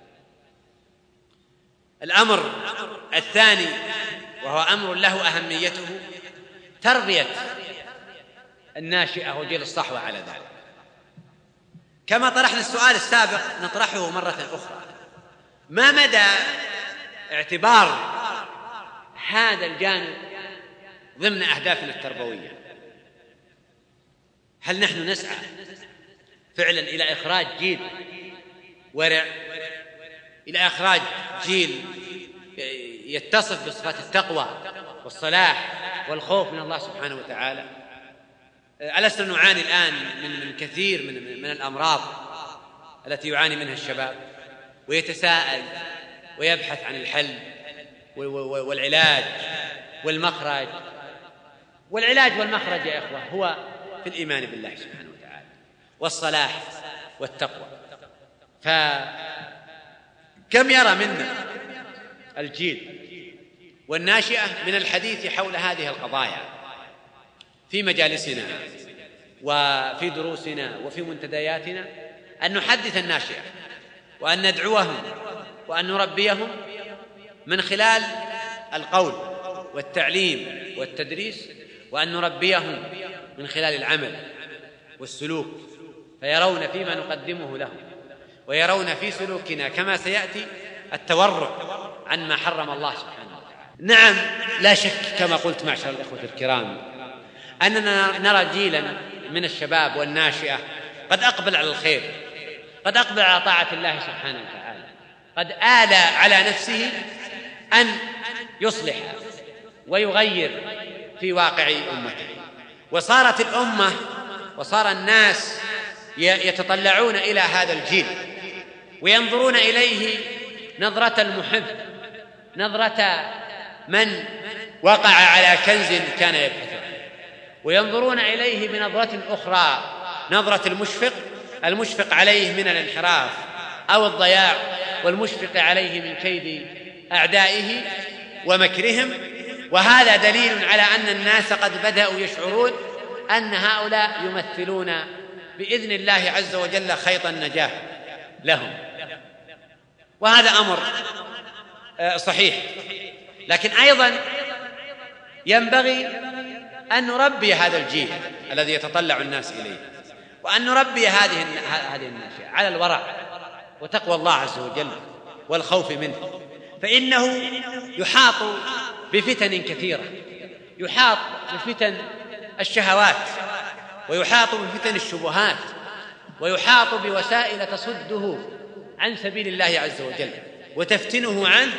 الأمر الثاني وهو أمر له أهميته تربية الناشئة وجيل الصحوة على ذلك. كما طرحنا السؤال السابق نطرحه مرة أخرى: ما مدى اعتبار هذا الجانب ضمن أهدافنا التربوية؟ هل نحن نسعى فعلا إلى إخراج جيل ورع، إلى إخراج جيل يتصف بصفات التقوى والصلاح والخوف من الله سبحانه وتعالى؟ ألسنا نعاني الآن من كثير من من الأمراض التي يعاني منها الشباب، ويتساءل ويبحث عن الحل والعلاج والمخرج؟ والعلاج والمخرج يا إخوة هو في الإيمان بالله سبحانه وتعالى والصلاح والتقوى. فكم يرى منا الجيل والناشئة من الحديث حول هذه القضايا في مجالسنا وفي دروسنا وفي منتدياتنا، أن نحدث الناشئة وأن ندعوهم وأن نربيهم من خلال القول والتعليم والتدريس، وأن نربيهم من خلال العمل والسلوك، فيرون فيما نقدمه لهم ويرون في سلوكنا كما سيأتي التورع عن ما حرم الله سبحانه وتعالى. نعم، لا شك كما قلت معشر الإخوة الكرام أننا نرى جيلا من الشباب والناشئة قد أقبل على الخير، قد أقبل على طاعة الله سبحانه وتعالى، قد آل على نفسه أن يصلح ويغير في واقع أمته، وصارت الأمة وصار الناس يتطلعون إلى هذا الجيل وينظرون إليه نظرة المحب، نظرة من وقع على كنز كان يبحث عنه، وينظرون إليه بنظرة أخرى، نظرة المشفق المشفق عليه من الانحراف أو الضياع، والمشفق عليه من كيد أعدائه ومكرهم. وهذا دليل على أن الناس قد بدأوا يشعرون أن هؤلاء يمثلون بإذن الله عز وجل خيط النجاة لهم، وهذا أمر صحيح. لكن أيضا ينبغي أن نربي هذا الجيل الذي يتطلع الناس إليه، وأن نربي هذه هذه الناشئة على الورع وتقوى الله عز وجل والخوف منه، فإنه يحاط بفتن كثيرة، يحاط بفتن الشهوات، ويحاط بفتن الشبهات، ويحاط بوسائل تصده عن سبيل الله عز وجل وتفتنه عنه،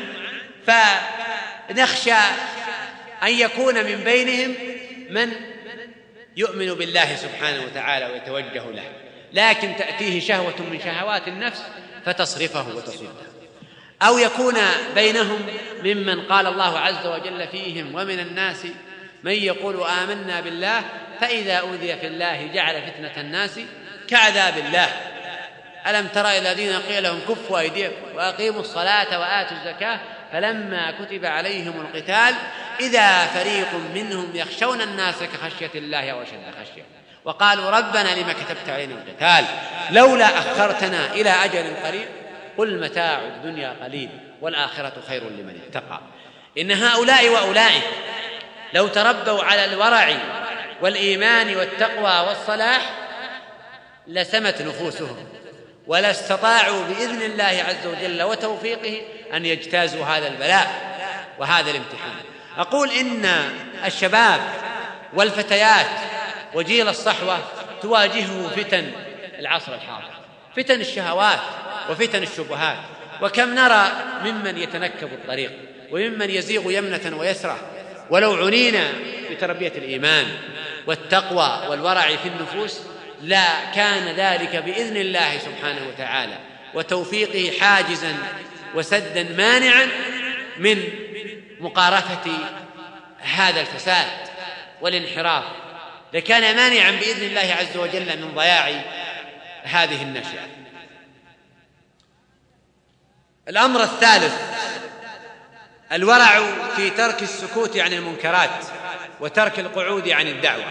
فنخشى أن يكون من بينهم من يؤمن بالله سبحانه وتعالى ويتوجه له، لكن تأتيه شهوة من شهوات النفس فتصرفه وتصده، أو يكون بينهم ممن قال الله عز وجل فيهم: ومن الناس من يقول آمنا بالله فإذا أوذي في الله جعل فتنة الناس كعذاب الله. ألم تر إلى الذين قيل لهم كفوا أيديكم وأقيموا الصلاة وآتوا الزكاة فلما كتب عليهم القتال إذا فريق منهم يخشون الناس كخشية الله أو أشد خشية وقالوا ربنا لما كتبت علينا القتال لولا أخرتنا إلى أجل قريب قل متاع الدنيا قليل والآخرة خير لمن اتقى. إن هؤلاء وأولئك لو تربوا على الورع والإيمان والتقوى والصلاح لسمت نفوسهم ولا استطاعوا بإذن الله عز وجل وتوفيقه أن يجتازوا هذا البلاء وهذا الامتحان. أقول إن الشباب والفتيات وجيل الصحوة تواجهه فتن العصر الحاضر، فتن الشهوات وفتن الشبهات، وكم نرى ممن يتنكب الطريق وممن يزيغ يمنة ويسرى. ولو عنينا بتربية الإيمان والتقوى والورع في النفوس لا كان ذلك بإذن الله سبحانه وتعالى وتوفيقه حاجزا وسدا مانعا من مقارفة هذا الفساد والانحراف، لكان مانعا بإذن الله عز وجل من ضياع هذه النشأة. الأمر الثالث الورع في ترك السكوت عن المنكرات وترك القعود عن الدعوة.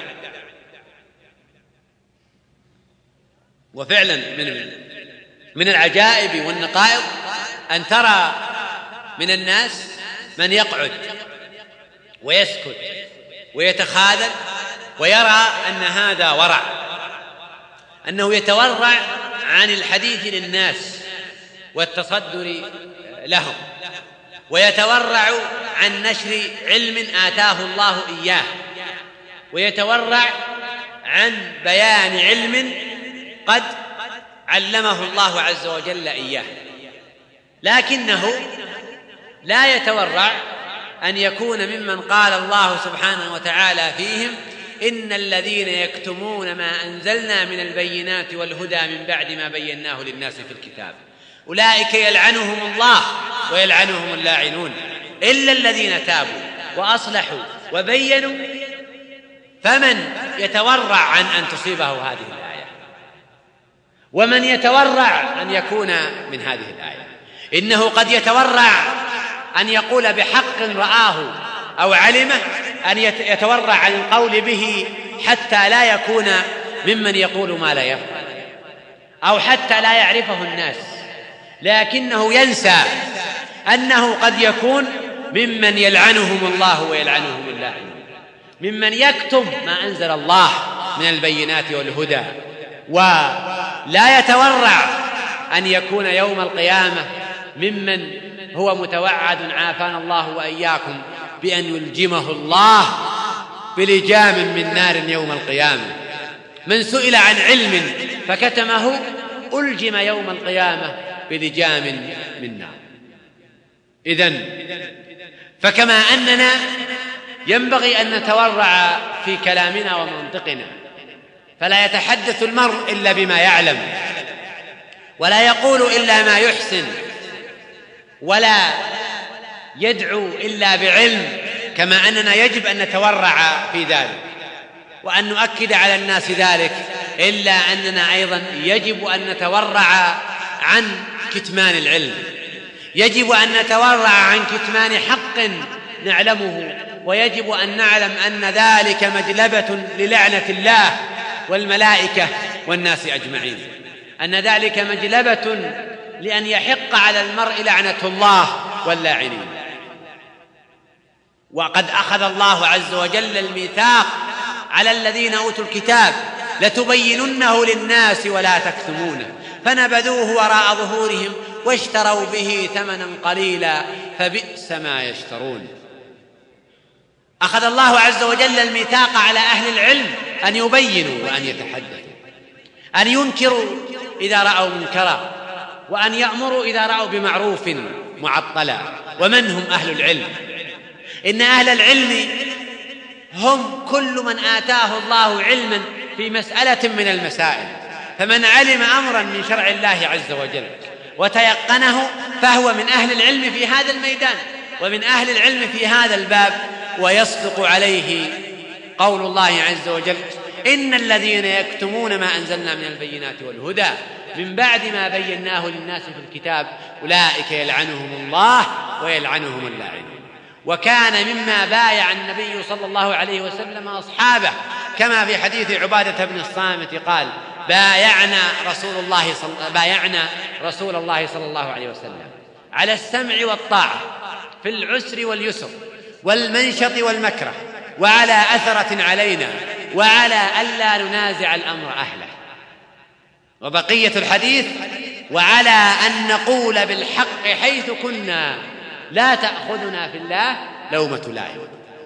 وفعلا من من العجائب والنقائض أن ترى من الناس من يقعد ويسكت ويتخاذل ويرى أن هذا ورع، أنه يتورع عن الحديث للناس والتصدر لهم، ويتورع عن نشر علم آتاه الله إياه، ويتورع عن بيان علم قد علمه الله عز وجل إياه، لكنه لا يتورع أن يكون ممن قال الله سبحانه وتعالى فيهم: إن الذين يكتمون ما أنزلنا من البينات والهدى من بعد ما بيناه للناس في الكتاب أولئك يلعنهم الله ويلعنهم اللاعنون إلا الذين تابوا وأصلحوا وبينوا. فمن يتورع عن أن تصيبه هذه الآية، ومن يتورع أن يكون من هذه الآية، إنه قد يتورع أن يقول بحق رآه أو علمه، أن يتورع عن القول به حتى لا يكون ممن يقول ما لا يفعل أو حتى لا يعرفه الناس، لكنه ينسى أنه قد يكون ممن يلعنهم الله ويلعنهم اللاعنون، ممن يكتم ما أنزل الله من البينات والهدى، ولا يتورع أن يكون يوم القيامة ممن هو متوعد عافانا الله وإياكم بأن يلجمه الله بلجام من نار يوم القيامة. من سئل عن علم فكتمه ألجم يوم القيامة بلجام من نار. إذن فكما أننا ينبغي أن نتورع في كلامنا ومنطقنا، فلا يتحدث المرء إلا بما يعلم، ولا يقول إلا ما يحسن، ولا يدعو إلا بعلم، كما أننا يجب أن نتورع في ذلك وأن نؤكد على الناس ذلك، إلا أننا أيضا يجب أن نتورع عن كتمان العلم، يجب أن نتورع عن كتمان حق نعلمه، ويجب أن نعلم أن ذلك مجلبة للعنة الله والملائكة والناس أجمعين، أن ذلك مجلبة لأن يحق على المرء لعنة الله واللاعنين. وقد أخذ الله عز وجل الميثاق على الذين أوتوا الكتاب لتبيننه للناس ولا تكتمونه فنبذوه وراء ظهورهم واشتروا به ثمنا قليلا فبئس ما يشترون. أخذ الله عز وجل الميثاق على أهل العلم أن يبينوا وأن يتحدثوا، أن ينكروا إذا رأوا منكرا، وأن يأمروا إذا رأوا بمعروف معطلا. ومن هم أهل العلم؟ إن أهل العلم هم كل من آتاه الله علما في مسألة من المسائل، فمن علم أمرا من شرع الله عز وجل وتيقنه فهو من أهل العلم في هذا الميدان ومن أهل العلم في هذا الباب. ويصدق عليه قول الله عز وجل: إن الذين يكتمون ما أنزلنا من البينات والهدى من بعد ما بيناه للناس في الكتاب أولئك يلعنهم الله ويلعنهم اللاعنون. وكان مما بايع النبي صلى الله عليه وسلم أصحابه، كما في حديث عبادة بن الصامت قال: بايعنا رسول الله صل... بايعنا رسول الله صلى الله عليه وسلم على السمع والطاعة في العسر واليسر والمنشط والمكره، وعلى أثرة علينا، وعلى ألا ننازع الأمر أهله. وبقية الحديث: وعلى أن نقول بالحق حيث كنا لا تأخذنا في الله لومة لائم.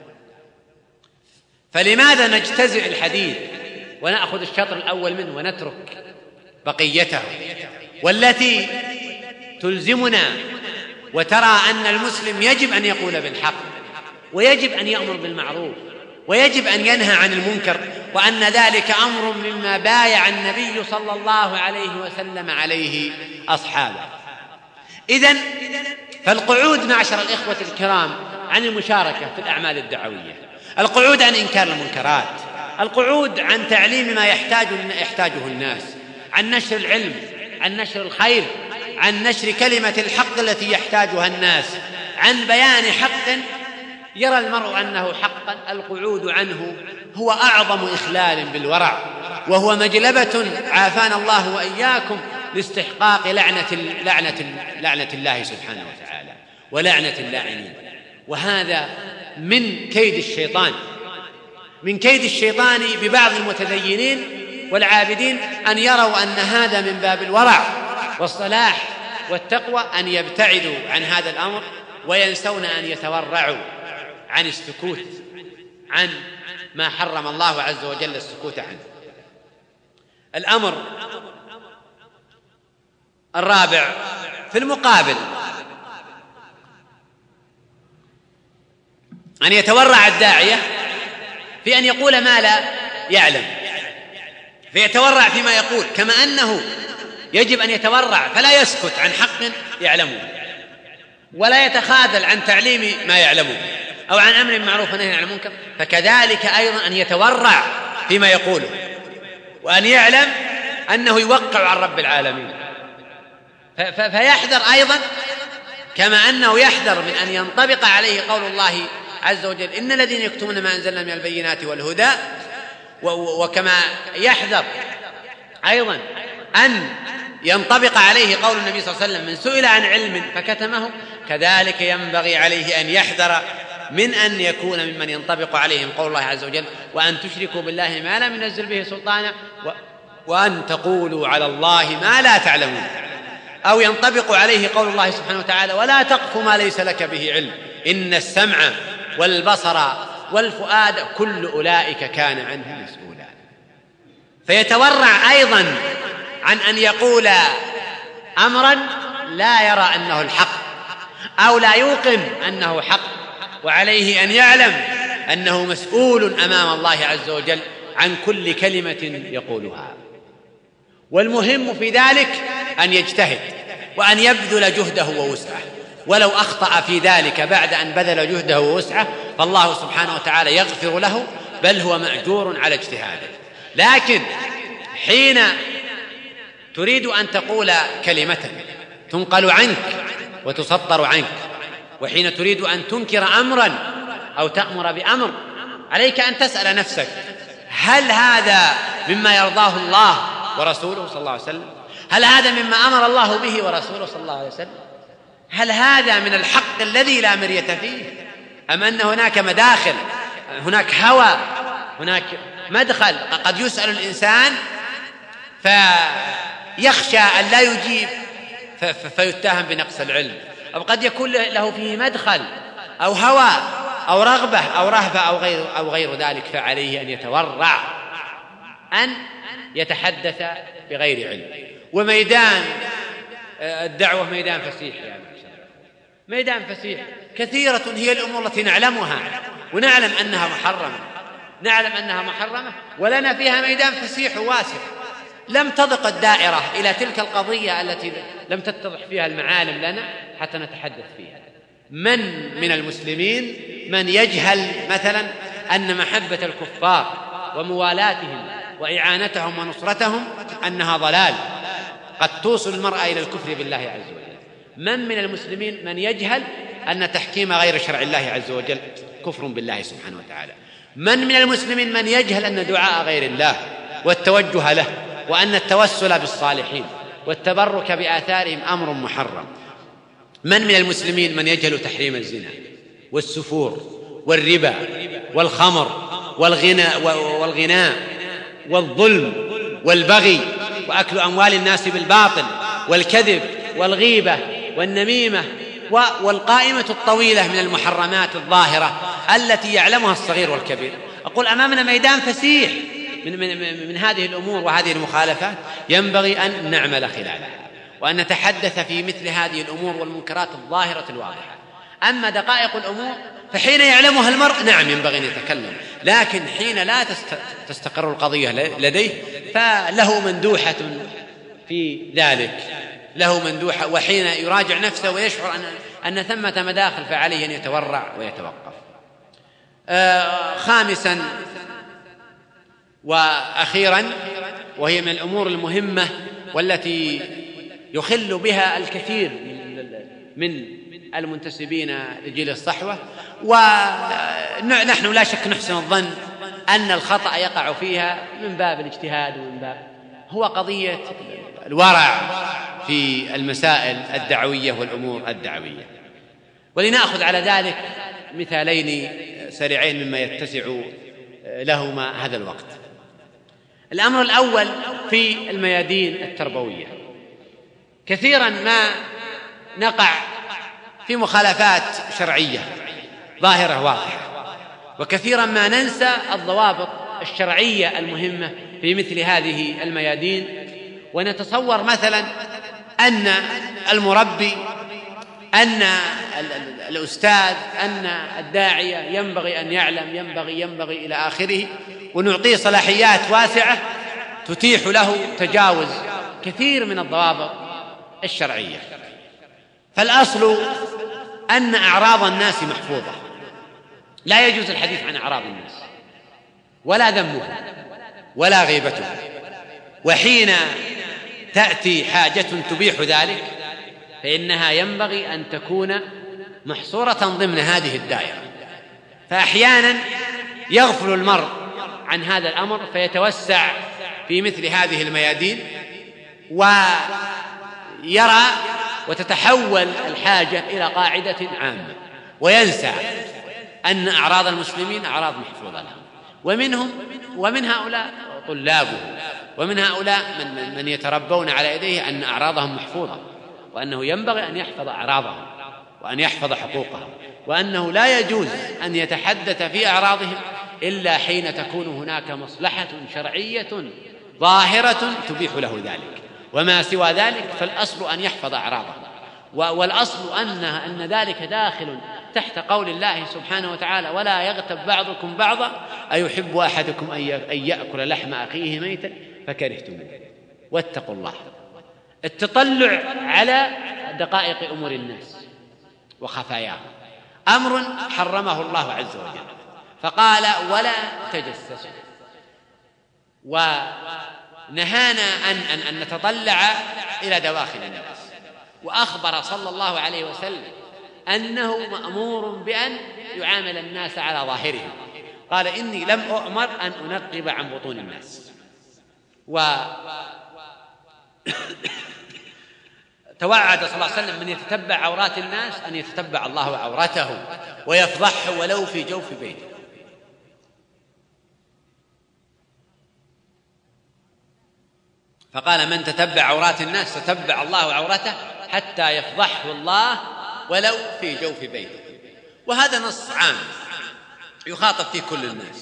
فلماذا نجتزئ الحديث ونأخذ الشطر الأول منه ونترك بقيته والتي تلزمنا وترى أن المسلم يجب أن يقول بالحق، ويجب أن يأمر بالمعروف، ويجب أن ينهى عن المنكر، وأن ذلك أمر مما بايع النبي صلى الله عليه وسلم عليه أصحابه. إذن فالقعود معشر الإخوة الكرام عن المشاركة في الأعمال الدعوية، القعود عن إنكار المنكرات، القعود عن تعليم ما يحتاج يحتاجه الناس، عن نشر العلم، عن نشر الخير، عن نشر كلمة الحق التي يحتاجها الناس، عن بيان حق يرى المرء أنه حقا، القعود عنه هو أعظم إخلال بالورع، وهو مجلبة عافانا الله وإياكم لاستحقاق لعنة لعنة لعنة الله سبحانه وتعالى ولعنة اللاعنين. وهذا من كيد الشيطان، من كيد الشيطان ببعض المتدينين والعابدين أن يروا أن هذا من باب الورع والصلاح والتقوى، أن يبتعدوا عن هذا الأمر وينسون أن يتورعوا عن السكوت عن ما حرم الله عز وجل السكوت عنه. الأمر الرابع في المقابل أن يتورع الداعية في أن يقول ما لا يعلم، فيتورع فيما يقول، كما أنه يجب أن يتورع فلا يسكت عن حق يعلمه ولا يتخاذل عن تعليم ما يعلمه أو عن أمر معروف ونهي عن المنكر، فكذلك أيضا أن يتورع فيما يقوله وأن يعلم أنه يوقع عن رب العالمين، فيحذر أيضا كما أنه يحذر من أن ينطبق عليه قول الله عز وجل: إن الذين يكتمون ما أنزلنا من البينات والهدى، وكما يحذر أيضا أن ينطبق عليه قول النبي صلى الله عليه وسلم: من سئل عن علم فكتمه، كذلك ينبغي عليه أن يحذر من أن يكون ممن ينطبق عليهم قول الله عز وجل: وأن تشركوا بالله ما لم ينزل به سلطانا وأن تقولوا على الله ما لا تعلمون. أو ينطبق عليه قول الله سبحانه وتعالى: ولا تقف ما ليس لك به علم إن السمع والبصر والفؤاد كل أولئك كان عنه مسؤولا. فيتورع أيضا عن أن يقول أمرا لا يرى أنه الحق أو لا يوقن أنه حق، وعليه أن يعلم أنه مسؤول أمام الله عز وجل عن كل كلمة يقولها. والمهم في ذلك أن يجتهد وأن يبذل جهده ووسعه، ولو أخطأ في ذلك بعد أن بذل جهده ووسعه فالله سبحانه وتعالى يغفر له، بل هو مأجور على اجتهاده. لكن حين تريد أن تقول كلمة تنقل عنك وتسطر عنك، وحين تريد أن تنكر أمرا أو تأمر بأمر، عليك أن تسأل نفسك: هل هذا مما يرضاه الله ورسوله صلى الله عليه وسلم؟ هل هذا مما أمر الله به ورسوله صلى الله عليه وسلم؟ هل هذا من الحق الذي لا مرية فيه، أم أن هناك مداخل، هناك هوى، هناك مدخل قد يسأل الإنسان فيخشى أن لا يجيب فيتهم بنقص العلم، أو قد يكون له فيه مدخل أو هوى أو رغبة أو رهبة أو غير, أو غير ذلك، فعليه أن يتورع أن يتحدث بغير علم. وميدان الدعوة ميدان فسيح يا يعني ميدان فسيح، كثيرة هي الأمور التي نعلمها ونعلم أنها محرمة، نعلم أنها محرمة ولنا فيها ميدان فسيح وواسع. لم تضق الدائرة إلى تلك القضية التي لم تتضح فيها المعالم لنا حتى نتحدث فيها. من من المسلمين من يجهل مثلا أن محبة الكفار وموالاتهم وإعانتهم ونصرتهم أنها ضلال قد توصل المرأة إلى الكفر بالله عز وجل؟ من من المسلمين من يجهل أن تحكيم غير شرع الله عز وجل كفر بالله سبحانه وتعالى؟ من من المسلمين من يجهل أن دعاء غير الله والتوجه له وأن التوسل بالصالحين والتبرك بآثارهم أمر محرم؟ من من المسلمين من يجهل تحريم الزنا والسفور والربا والخمر والغناء والغناء والظلم والبغي وأكل أموال الناس بالباطل والكذب والغيبة والنميمة والقائمة الطويلة من المحرمات الظاهرة التي يعلمها الصغير والكبير؟ أقول أمامنا ميدان فسيح من, من, من هذه الأمور وهذه المخالفات ينبغي أن نعمل خلالها وأن نتحدث في مثل هذه الأمور والمنكرات الظاهرة الواضحة. أما دقائق الأمور فحين يعلمها المرء نعم ينبغي أن يتكلم، لكن حين لا تستقر القضية لديه فله مندوحة في ذلك، له مندوحة، وحين يراجع نفسه ويشعر أن, أن ثمة مداخل فعليه أن يتورع ويتوقف. آه خامسا وأخيرا، وهي من الأمور المهمة والتي يخل بها الكثير من المنتسبين لجيل الصحوة، ونحن لا شك نحسن الظن أن الخطأ يقع فيها من باب الاجتهاد ومن باب هو قضية الورع في المسائل الدعوية والأمور الدعوية. ولنأخذ على ذلك مثالين سريعين مما يتسع لهما هذا الوقت. الأمر الأول في الميادين التربوية، كثيرا ما نقع في مخالفات شرعية ظاهرة واضحة، وكثيرا ما ننسى الضوابط الشرعية المهمة في مثل هذه الميادين، ونتصور مثلا أن المربي، أن الأستاذ، أن الداعية ينبغي أن يعلم، ينبغي ينبغي إلى آخره، ونعطيه صلاحيات واسعة تتيح له تجاوز كثير من الضوابط الشرعية. فالأصل أن أعراض الناس محفوظة، لا يجوز الحديث عن أعراض الناس ولا ذمهم ولا غيبتهم، وحين تأتي حاجة تبيح ذلك فإنها ينبغي أن تكون محصورة ضمن هذه الدائرة. فأحيانا يغفل المرء عن هذا الأمر فيتوسع في مثل هذه الميادين ويرى وتتحول الحاجة إلى قاعدة عامة، وينسى أن أعراض المسلمين أعراض محفوظة لهم، ومنهم ومن هؤلاء طلابه ومن هؤلاء من, من يتربون على يديه أن أعراضهم محفوظة، وأنه ينبغي أن يحفظ أعراضهم وأن يحفظ حقوقهم، وأنه لا يجوز أن يتحدث في أعراضهم إلا حين تكون هناك مصلحة شرعية ظاهرة تبيح له ذلك، وما سوى ذلك فالأصل أن يحفظ أعراضهم. والأصل أن أن ذلك داخل تحت قول الله سبحانه وتعالى: ولا يغتب بعضكم بعضا أيحب أحدكم أن يأكل لحم أخيه ميتا فكرهتموه. واتقوا الله. التطلع على دقائق أمور الناس وخفاياهم أمر حرمه الله عز وجل، فقال: ولا تجسسوا، ونهانا أن, أن, أن نتطلع إلى دواخل الناس. وأخبر صلى الله عليه وسلم أنه مأمور بأن يعامل الناس على ظاهرهم، قال: إني لم أؤمر أن أنقب عن بطون الناس. و توعد صلى الله عليه وسلم من يتتبع عورات الناس أن يتتبع الله عورته ويفضحه ولو في جوف بيته. فقال: من تتبع عورات الناس تتبع الله عورته حتى يفضحه الله ولو في جوف بيته. وهذا نص عام يخاطب فيه كل الناس،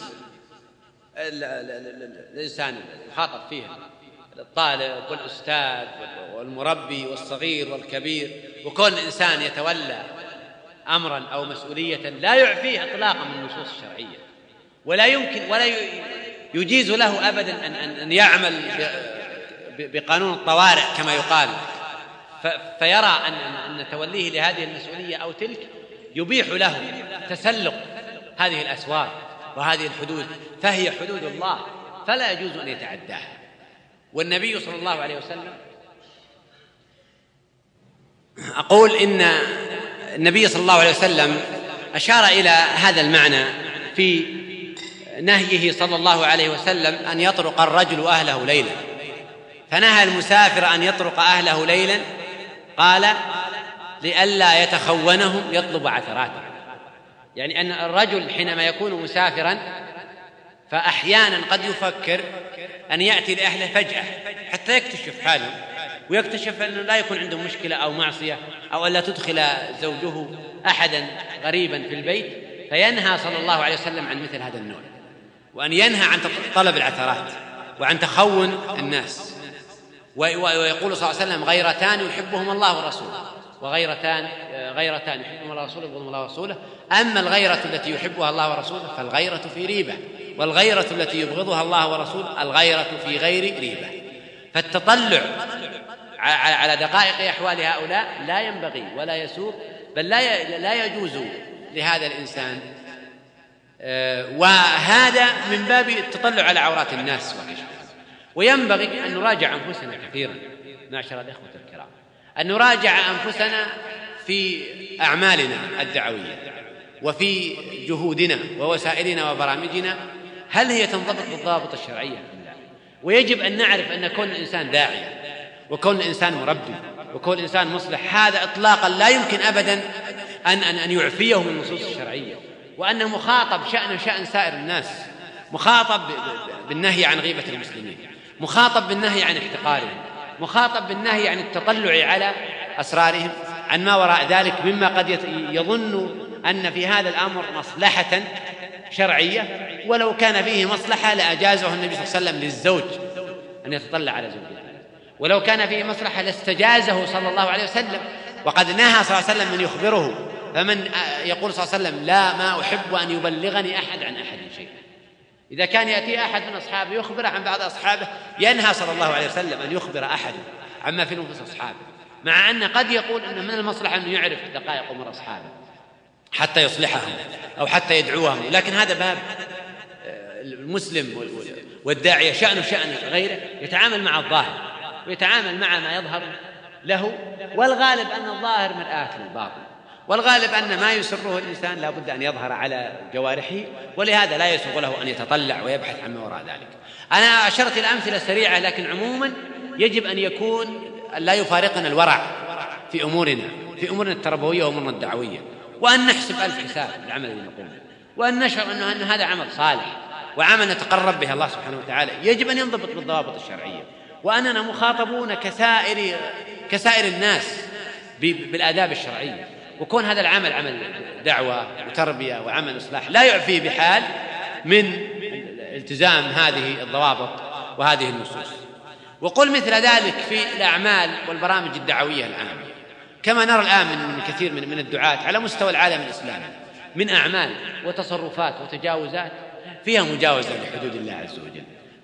الإنسان يخاطب فيه الطالب والأستاذ والمربي والصغير والكبير، وكل إنسان يتولى أمرا أو مسؤولية لا يعفيه إطلاقا من النصوص الشرعية، ولا يمكن ولا يجيز له أبدا أن يعمل بقانون الطوارئ كما يقال، فيرى أن توليه لهذه المسؤولية أو تلك يبيح له تسلق هذه الأسوار وهذه الحدود، فهي حدود الله فلا يجوز أن يتعداها. والنبي صلى الله عليه وسلم أقول إن النبي صلى الله عليه وسلم أشار إلى هذا المعنى في نهيه صلى الله عليه وسلم أن يطرق الرجل أهله ليلا، فنهى المسافر أن يطرق أهله ليلا، قال: لئلا يتخونهم يطلب عثراته. يعني أن الرجل حينما يكون مسافرا فأحيانا قد يفكر أن يأتي لأهله فجأة حتى يكتشف حاله ويكتشف أنه لا يكون عنده مشكلة أو معصية أو ألا تدخل زوجه أحدا غريبا في البيت، فينهى صلى الله عليه وسلم عن مثل هذا النوع، وأن ينهى عن طلب العثرات وعن تخون الناس. ويقول صلى الله عليه وسلم: غيرتان يحبهم الله ورسوله، وغيرتان غيرتان يحبهم الله ورسوله يبغضهم الله ورسوله. أما الغيرة التي يحبها الله ورسوله فالغيرة في ريبة، والغيرة التي يبغضها الله ورسوله الغيرة في غير ريبة. فالتطلع على دقائق أحوال هؤلاء لا ينبغي ولا يسوق، بل لا يجوز لهذا الإنسان، وهذا من باب التطلع على عورات الناس. وينبغي أن نراجع أنفسنا كثيرا معشر الإخوة الكرام، أن نراجع أنفسنا في أعمالنا الدعوية وفي جهودنا ووسائلنا وبرامجنا، هل هي تنضبط بالضوابط الشرعية أم لا؟ ويجب أن نعرف أن كون الإنسان داعية وكون الإنسان مربي وكون الإنسان مصلح هذا إطلاقا لا يمكن أبدا أن, أن, أن يعفيه من النصوص الشرعية، وأنه مخاطب شأن شأن سائر الناس، مخاطب بالنهي عن غيبة المسلمين، مخاطب بالنهي عن احتقارهم، مخاطب بالنهي عن التطلع على أسرارهم، عن ما وراء ذلك مما قد يظن أن في هذا الأمر مصلحة شرعية، ولو كان فيه مصلحة لأجازه النبي صلى الله عليه وسلم للزوج أن يتطلع على زوجته، ولو كان فيه مصلحة لاستجازه صلى الله عليه وسلم، وقد نهى صلى الله عليه وسلم من يخبره. فمن يقول صلى الله عليه وسلم: لا ما أحب أن يبلغني أحد عن أحد شيء، إذا كان يأتي أحد من أصحابه يخبر عن بعض أصحابه، ينهى صلى الله عليه وسلم أن يخبر أحد عما في نفوس أصحابه، مع أن قد يقول أن من المصلحة أن يعرف دقائق أمور أصحابه حتى يصلحهم أو حتى يدعوهم، لكن هذا باب المسلم والداعية شأنه شأن غيره، يتعامل مع الظاهر ويتعامل مع ما يظهر له، والغالب أن الظاهر مرآة للباطن، والغالب أن ما يسره الإنسان لا بد أن يظهر على جوارحه، ولهذا لا يسوغ له أن يتطلع ويبحث عن ما وراء ذلك. أنا أشرت إلى أمثلة سريعة، لكن عموما يجب أن يكون لا يفارقنا الورع في أمورنا في أمورنا التربوية وأمورنا الدعوية، وأن نحسب ألف حساب العمل الذي نقوم به، وأن نشعر أنه أن هذا عمل صالح وعمل نتقرب به الله سبحانه وتعالى، يجب أن ينضبط بالضوابط الشرعية، وأننا مخاطبون كسائر كسائر الناس بالآداب الشرعية. وكون هذا العمل عمل دعوة وتربية وعمل إصلاح لا يعفي بحال من التزام هذه الضوابط وهذه النصوص. وقل مثل ذلك في الأعمال والبرامج الدعوية العامة، كما نرى الآن من كثير من من الدعاة على مستوى العالم الإسلامي من أعمال وتصرفات وتجاوزات فيها مجاوزة لحدود الله عز وجل،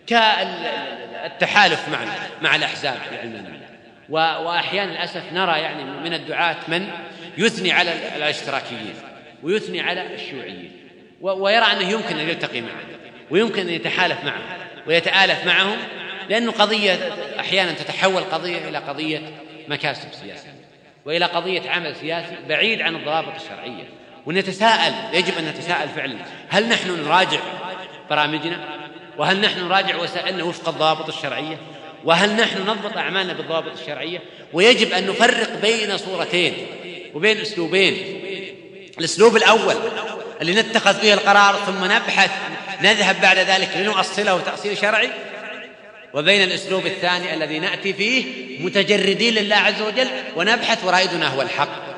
كالتحالف مع مع الأحزاب العلمانية. وأحيانا للأسف نرى يعني من الدعاة من يثني على الاشتراكيين ويثني على الشيوعيين، ويرى أنه يمكن أن يلتقي معهم ويمكن أن يتحالف معهم ويتآلف معهم، لأنه قضية أحيانا تتحول قضية إلى قضية مكاسب سياسية وإلى قضية عمل سياسي بعيد عن الضوابط الشرعية. ونتساءل، يجب أن نتساءل فعلا، هل نحن نراجع برامجنا؟ وهل نحن نراجع وسائلنا وفق الضوابط الشرعية؟ وهل نحن نضبط أعمالنا بالضوابط الشرعية؟ ويجب أن نفرق بين صورتين وبين أسلوبين. الأسلوب الأول اللي نتخذ فيه القرار ثم نبحث نذهب بعد ذلك لنؤصله تأصيل شرعي، وبين الأسلوب الثاني الذي نأتي فيه متجردين لله عز وجل ونبحث ورائدنا هو الحق.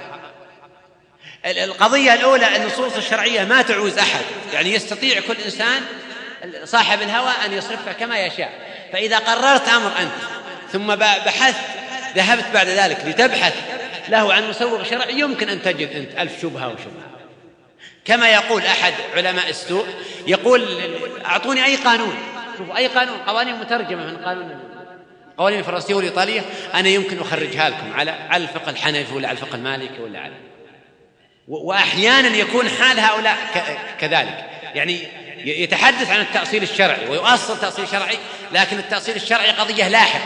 القضية الأولى النصوص الشرعية ما تعوز أحد، يعني يستطيع كل إنسان صاحب الهوى أن يصرفها كما يشاء. فإذا قررت أمر أنت ثم بحثت ذهبت بعد ذلك لتبحث له عن مسوغ شرعي، يمكن أن تجد أنت ألف شبهة وشبهة. كما يقول أحد علماء السوء، يقول أعطوني أي قانون، شوفوا أي قانون، قوانين مترجمة من قانون قوانين الفرنسية والإيطالية، أنا يمكن أخرجها لكم على على الفقه الحنفي ولا على الفقه المالكي ولا على. وأحيانا يكون حال هؤلاء كذلك، يعني يتحدث عن التأصيل الشرعي ويؤصل تأصيل شرعي، لكن التأصيل الشرعي قضية لاحقة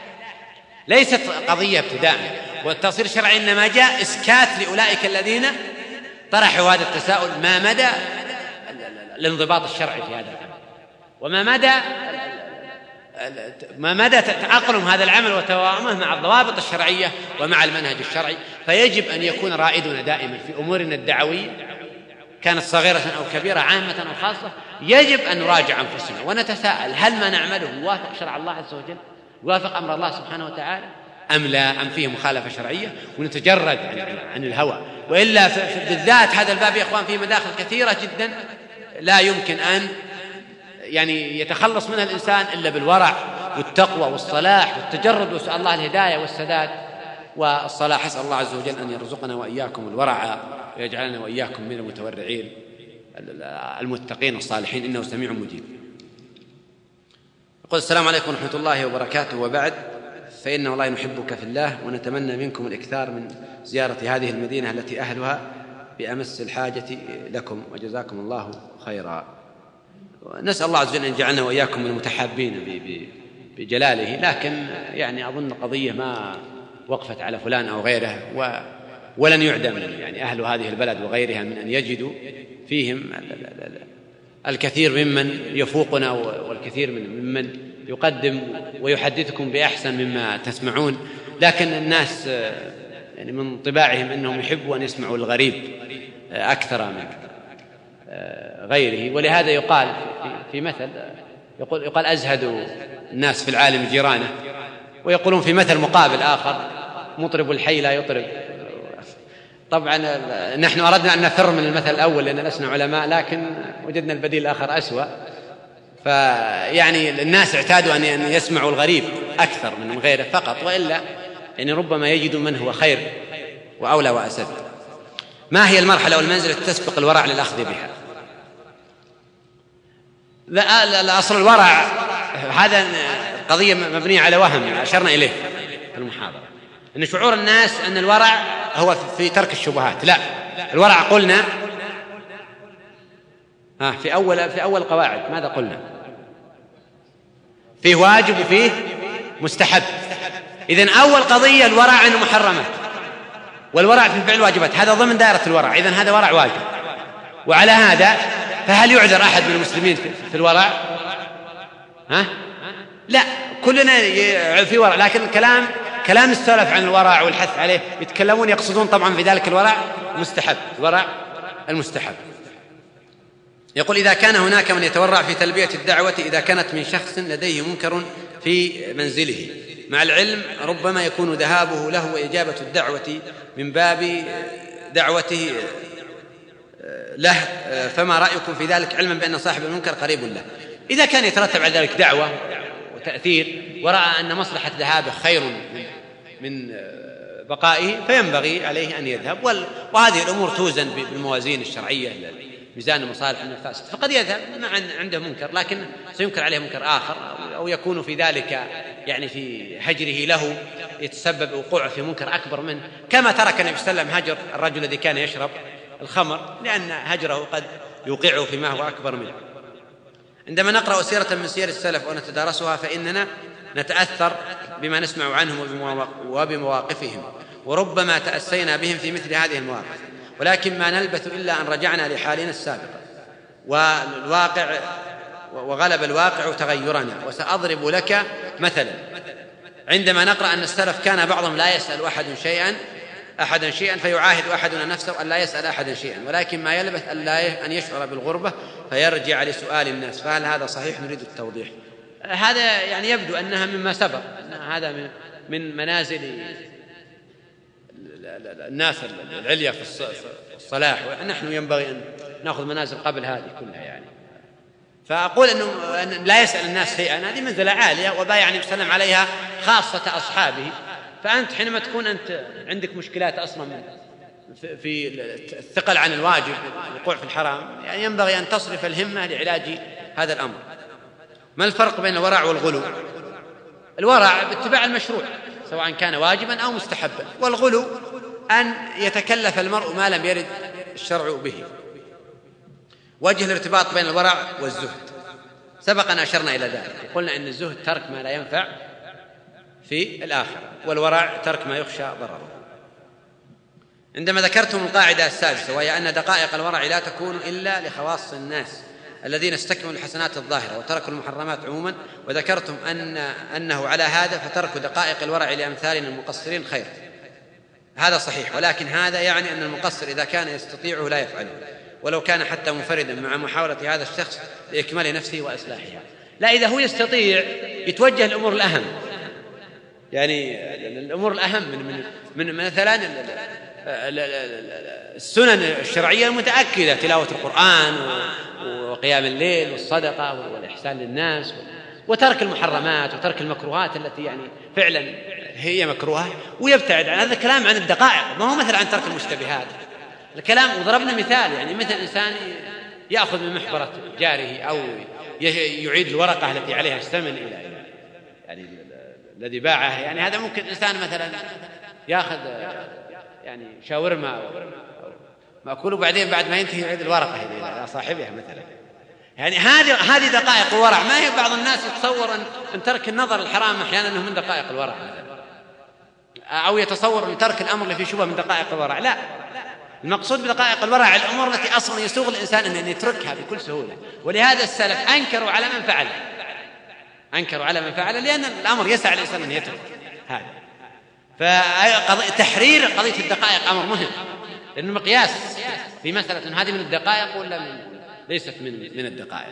ليست قضية ابتداء. والتأصيل الشرعي إنما جاء إسكات لأولئك الذين طرحوا هذا التساؤل، ما مدى الانضباط الشرعي في هذا العمل، وما مدى ما مدى تعاقلهم هذا العمل وتوائمه مع الضوابط الشرعية ومع المنهج الشرعي. فيجب أن يكون رائدنا دائما في أمورنا الدعوية، كانت صغيرة أو كبيرة، عامة أو خاصة، يجب أن نراجع أنفسنا ونتساءل هل ما نعمله يوافق شرع الله عز وجل، يوافق أمر الله سبحانه وتعالى أم لا، أم فيه مخالفة شرعية، ونتجرد عن الهوى. وإلا بالذات هذا الباب يا إخوان فيه مداخل كثيرة جدا لا يمكن أن يعني يتخلص منها الإنسان إلا بالورع والتقوى والصلاح والتجرد، وسأل الله الهداية والسداد والصلاح. أسأل الله عز وجل أن يرزقنا وإياكم الورع ويجعلنا وإياكم من المتورعين المتقين الصالحين، إنه سميع مجيب. يقول: السلام عليكم ورحمة الله وبركاته، وبعد، فإن والله نحبك في الله ونتمنى منكم الإكثار من زيارة هذه المدينة التي أهلها بأمس الحاجة لكم، وجزاكم الله خيرا. نسأل الله عز وجل أن يجعلنا وإياكم من المتحابين بجلاله، لكن يعني أظن قضية ما وقفت على فلان أو غيره، ولن يعدم يعني أهل هذه البلد وغيرها من أن يجدوا فيهم الكثير ممن يفوقنا والكثير ممن يقدم ويحدثكم بأحسن مما تسمعون. لكن الناس يعني من طباعهم أنهم يحبوا أن يسمعوا الغريب أكثر من غيره، ولهذا يقال في مثل، يقول يقال أزهد الناس في العالم جيرانه، ويقولون في مثل مقابل آخر: مطرب الحي لا يطرب. طبعا نحن أردنا أن نفر من المثل الأول لأن لسنا علماء، لكن وجدنا البديل الآخر أسوأ. فيعني الناس اعتادوا أن يسمعوا الغريب أكثر من غيره فقط، وإلا يعني ربما يجدوا من هو خير وأولى وأسد. ما هي المرحلة والمنزلة تسبق الورع للأخذ بها؟ الأصل الورع هذا قضية مبنية على وهم أشرنا إليه في المحاضرة، أن شعور الناس أن الورع هو في ترك الشبهات. لا، الورع قلنا ها في أول في أول قواعد ماذا قلنا؟ فيه واجب وفيه مستحب. إذن أول قضية الورع عن المحرمات، والورع في فعل الواجبات، هذا ضمن دائرة الورع. إذن هذا ورع واجب. وعلى هذا فهل يعذر أحد من المسلمين في الورع؟ ها؟ لا، كلنا في ورع، لكن الكلام كلام السلف عن الورع والحث عليه يتكلمون يقصدون طبعا في ذلك الورع مستحب، الورع المستحب. يقول: إذا كان هناك من يتورع في تلبية الدعوة إذا كانت من شخص لديه منكر في منزله مع العلم ربما يكون ذهابه له وإجابة الدعوة من باب دعوته له، فما رأيكم في ذلك علما بأن صاحب المنكر قريب له؟ إذا كان يترتب على ذلك دعوة وتأثير ورأى أن مصلحة ذهابه خير من بقائه فينبغي عليه أن يذهب، وهذه الأمور توزن بالموازين الشرعية، ميزان المصالح والمفاسد، فقد يذهب مع عنده منكر لكن سينكر عليه منكر آخر، أو يكون في ذلك يعني في هجره له يتسبب وقوعه في منكر أكبر منه، كما ترك النبي صلى الله عليه وسلم هجر الرجل الذي كان يشرب الخمر، لأن هجره قد يوقعه فيما هو أكبر منه. عندما نقرأ سيرة من سير السلف ونتدارسها فإننا نتأثر بما نسمع عنهم وبمواقفهم، وربما تأسينا بهم في مثل هذه المواقف، ولكن ما نلبث إلا أن رجعنا لحالنا السابقة والواقع وغلب الواقع تغيرنا. وسأضرب لك مثلا، عندما نقرأ أن السلف كان بعضهم لا يسأل أحد شيئا أحدا شيئا فيعاهد أحدنا نفسه أن لا يسأل أحدا شيئا، ولكن ما يلبث أن يشعر بالغربة فيرجع لسؤال الناس، فهل هذا صحيح؟ نريد التوضيح. هذا يعني يبدو أنها مما سبق، أن هذا من منازل الناس العليا في الصلاح، ونحن ينبغي أن نأخذ منازل قبل هذه كلها يعني. فأقول أنه لا يسأل الناس شيئا هذه منزلة عالية وبايع النبي صلى الله عليه وسلم عليها خاصة أصحابه، فأنت حينما تكون أنت عندك مشكلات أصلا في الثقل عن الواجب والوقوع في الحرام، يعني ينبغي أن تصرف الهمة لعلاج هذا الأمر. ما الفرق بين الورع والغلو؟ الورع باتباع المشروع سواء كان واجبا أو مستحبا، والغلو أن يتكلف المرء ما لم يرد الشرع به. وجه الارتباط بين الورع والزهد سبق أن أشرنا إلى ذلك، قلنا أن الزهد ترك ما لا ينفع في الآخرة، والورع ترك ما يخشى ضرره. عندما ذكرتم القاعدة السادسة وهي أن دقائق الورع لا تكون إلا لخواص الناس الذين استكملوا الحسنات الظاهرة وتركوا المحرمات عموما، وذكرتم أن أنه على هذا فترك دقائق الورع لأمثالنا المقصرين خير. هذا صحيح، ولكن هذا يعني أن المقصر إذا كان يستطيعه لا يفعله، ولو كان حتى منفردا مع محاولة هذا الشخص لإكمال نفسه وإصلاحها. لا، إذا هو يستطيع يتوجه الأمور الأهم، يعني الأمور الأهم من, من, من مثلا السنن الشرعية المتأكدة، تلاوة القرآن وقيام الليل والصدقة والإحسان للناس وترك المحرمات وترك المكروهات التي يعني فعلا هي مكروهة، ويبتعد عن هذا الكلام عن الدقائق، ما هو مثل عن ترك المشتبهات. الكلام وضربنا مثال، يعني مثل إنسان يأخذ من محبرة جاره أو يعيد الورقة التي عليها الثمن إلى يعني الذي باعه، يعني هذا ممكن إنسان مثلا يأخذ يعني شاورما مأكول وبعدين بعد ما ينتهي يعيد الورقة إلى صاحبها مثلا. يعني هذه هذه دقائق الورع، ما هي بعض الناس يتصور أن ترك النظر الحرام أحيانا أنه من دقائق الورع، أو يتصور أن ترك الأمر اللي فيه شبهة من دقائق الورع. لا، المقصود بدقائق الورع الأمور التي أصلا يسوغ الإنسان أن يتركها بكل سهولة. ولهذا السلف أنكروا على من فعل أنكروا على من فعل لأن الأمر يسعى الإنسان أن يترك هذا. فتحرير قضية الدقائق أمر مهم، لأنه مقياس في مسألة هذه من الدقائق ولا من ليست من من الدقائق.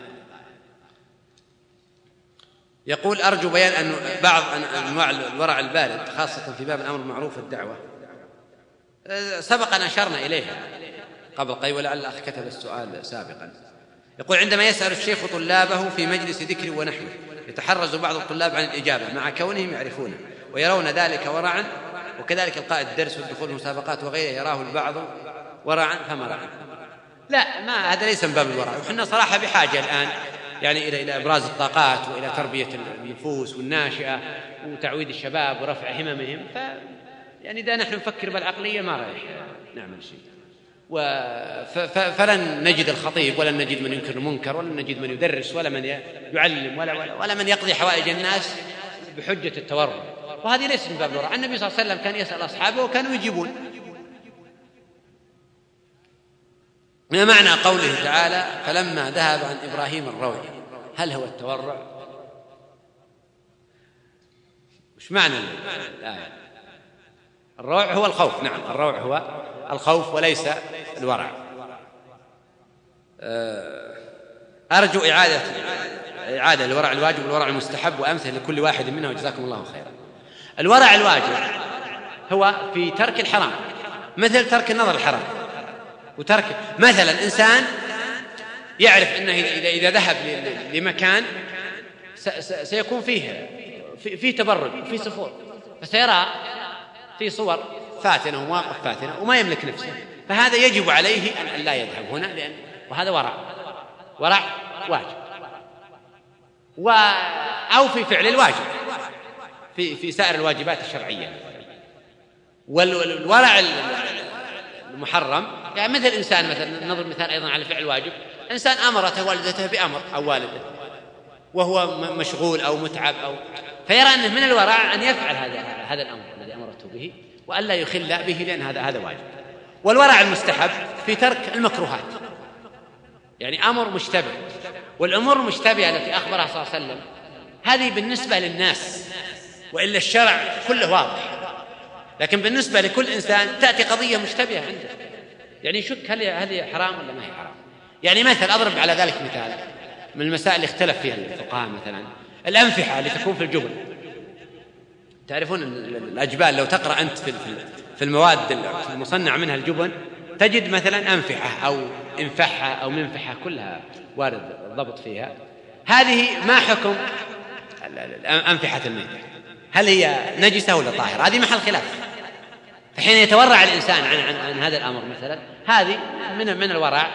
يقول أرجو بيان أن بعض أنواع الورع البارد خاصة في باب الأمر بالمعروف والدعوة سبق أن أشرنا إليها قبل قليل، ولعل الأخ كتب السؤال سابقا. يقول عندما يسأل الشيخ طلابه في مجلس ذكر ونحوه يتحرز بعض الطلاب عن الإجابة مع كونهم يعرفونه ويرون ذلك ورعا، وكذلك القائد الدرس والدخول المسابقات وغيره يراه البعض ورعا، فما رأيك؟ لا، ما هذا ليس من باب الورع، وحنا صراحة بحاجة الآن يعني إلى إلى إبراز الطاقات وإلى تربية النفوس والناشئة وتعويد الشباب ورفع هممهم. ف يعني إذا نحن نفكر بالعقلية ما رايح نعمل شيء، فلن نجد الخطيب ولا نجد من ينكر المنكر ولا نجد من يدرس ولا من يعلم ولا, ولا, ولا من يقضي حوائج الناس بحجة التورع، وهذه ليست من باب الورع. النبي صلى الله عليه وسلم كان يسأل أصحابه وكانوا يجيبون. ما معنى قوله تعالى فلما ذهب عن إبراهيم الروع؟ هل هو التورع؟ وش معنى الآية؟ الروع هو الخوف، نعم الروع هو الخوف وليس الورع. أرجو إعادة إعادة الورع الواجب والورع المستحب وأمثل لكل واحد منه، وجزاكم الله خيرا. الورع الواجب هو في ترك الحرام، مثل ترك النظر الحرام وترك مثلا إنسان يعرف أنه إذا إذا ذهب لمكان سيكون فيه فيه تبرج وفيه سفور، فسيرى في صور فاتنة ومواقف فاتنة وما يملك نفسه، فهذا يجب عليه أن لا يذهب هنا، لأن وهذا ورع ورع واجب. و أو في فعل الواجب في في سائر الواجبات الشرعية. والورع المحرم يعني مثل إنسان مثلا، نضرب مثال أيضا على فعل الواجب، إنسان أمرته والدته بأمر أو والده وهو مشغول أو متعب أو فيرى أنه من الورع أن يفعل هذا هذا الأمر الذي أمرته به وألا يخل به، لأن هذا هذا واجب. والورع المستحب في ترك المكروهات، يعني أمر مشتبه، والأمور المشتبهة التي أخبرها صلى الله عليه وسلم هذه بالنسبة للناس، وإلا الشرع كله واضح، لكن بالنسبة لكل إنسان تأتي قضية مشتبهة عنده، يعني يشك هل هل حرام ولا ما هي حرام. يعني مثلا أضرب على ذلك مثال من المسائل اللي اختلف فيها الفقهاء، مثلا الأنفحة اللي تكون في الجبن. تعرفون الأجبال لو تقرأ أنت في في المواد المصنع منها الجبن تجد مثلا أنفحة أو انفحة أو منفحة كلها وارد الضبط فيها. هذه ما حكم أنفحة الميتة؟ هل هي نجسة ولا طاهرة؟ هذه محل خلاف. فحين يتورع الإنسان عن, عن, عن هذا الأمر مثلا، هذه من من الورع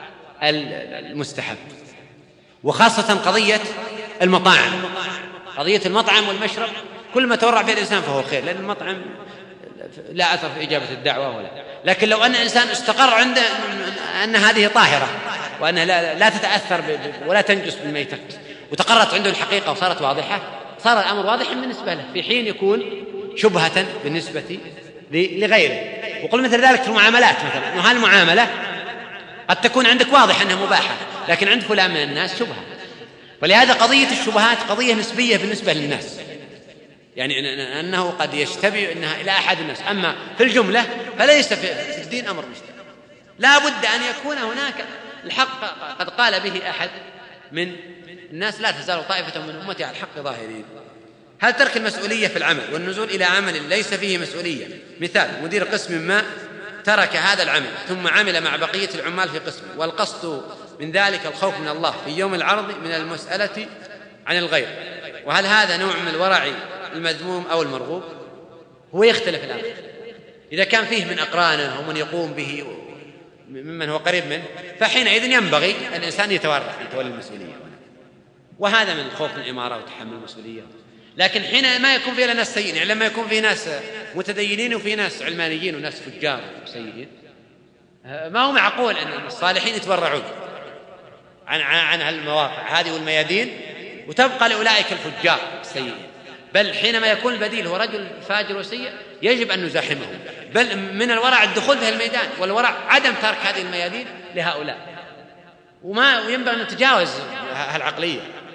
المستحب. وخاصة قضية المطاعم، قضية المطعم والمشرب، كل ما تورع فيه الإنسان فهو خير، لأن المطعم لا أثر في إجابة الدعوة ولا. لكن لو أن إنسان استقر عنده أن هذه طاهرة وأنها لا, لا تتأثر ولا تنجس بالميتة، وتقررت عنده الحقيقة وصارت واضحة، صار الأمر واضحا بالنسبة له، في حين يكون شبهة بالنسبة لغيره. وقل مثل ذلك في المعاملات، مثلا أنه هالمعاملة قد تكون عندك واضح أنها مباحة، لكن عند فلان من الناس شبهة. ولهذا قضية الشبهات قضية نسبية بالنسبة للناس، يعني أنه قد يشتبه أنها إلى أحد الناس، أما في الجملة فليس في الدين أمر مشتبه. لا بد أن يكون هناك الحق قد قال به أحد من الناس، لا تزال طائفة من أمتي على الحق ظاهرين. هل ترك المسؤولية في العمل والنزول إلى عمل ليس فيه مسؤولية؟ مثال مدير قسم ما ترك هذا العمل ثم عمل مع بقية العمال في قسمه، والقصد من ذلك الخوف من الله في يوم العرض من المسألة عن الغير، وهل هذا نوع من الورع المذموم أو المرغوب؟ هو يختلف الآن. إذا كان فيه من أقرانه ومن يقوم به ممن هو قريب منه، فحينئذ ينبغي الإنسان يتورع يتولى المسؤولية، وهذا من خوف من الإمارة وتحمل المسؤولية. لكن حين ما يكون فيه ناس سيئين، يعني لما يكون فيه ناس متدينين وفيه ناس علمانيين وناس فجار وسيئين، ما هو معقول أن الصالحين يتبرعون عن عن هالمواقع هذه والميادين وتبقى لأولئك الفجار السيئين. بل حينما يكون البديل هو رجل فاجر وسيء يجب أن نزاحمه. بل من الورع الدخول في الميدان، والورع عدم ترك هذه الميادين لهؤلاء، وما ينبغي أن نتجاوز هالعقلية.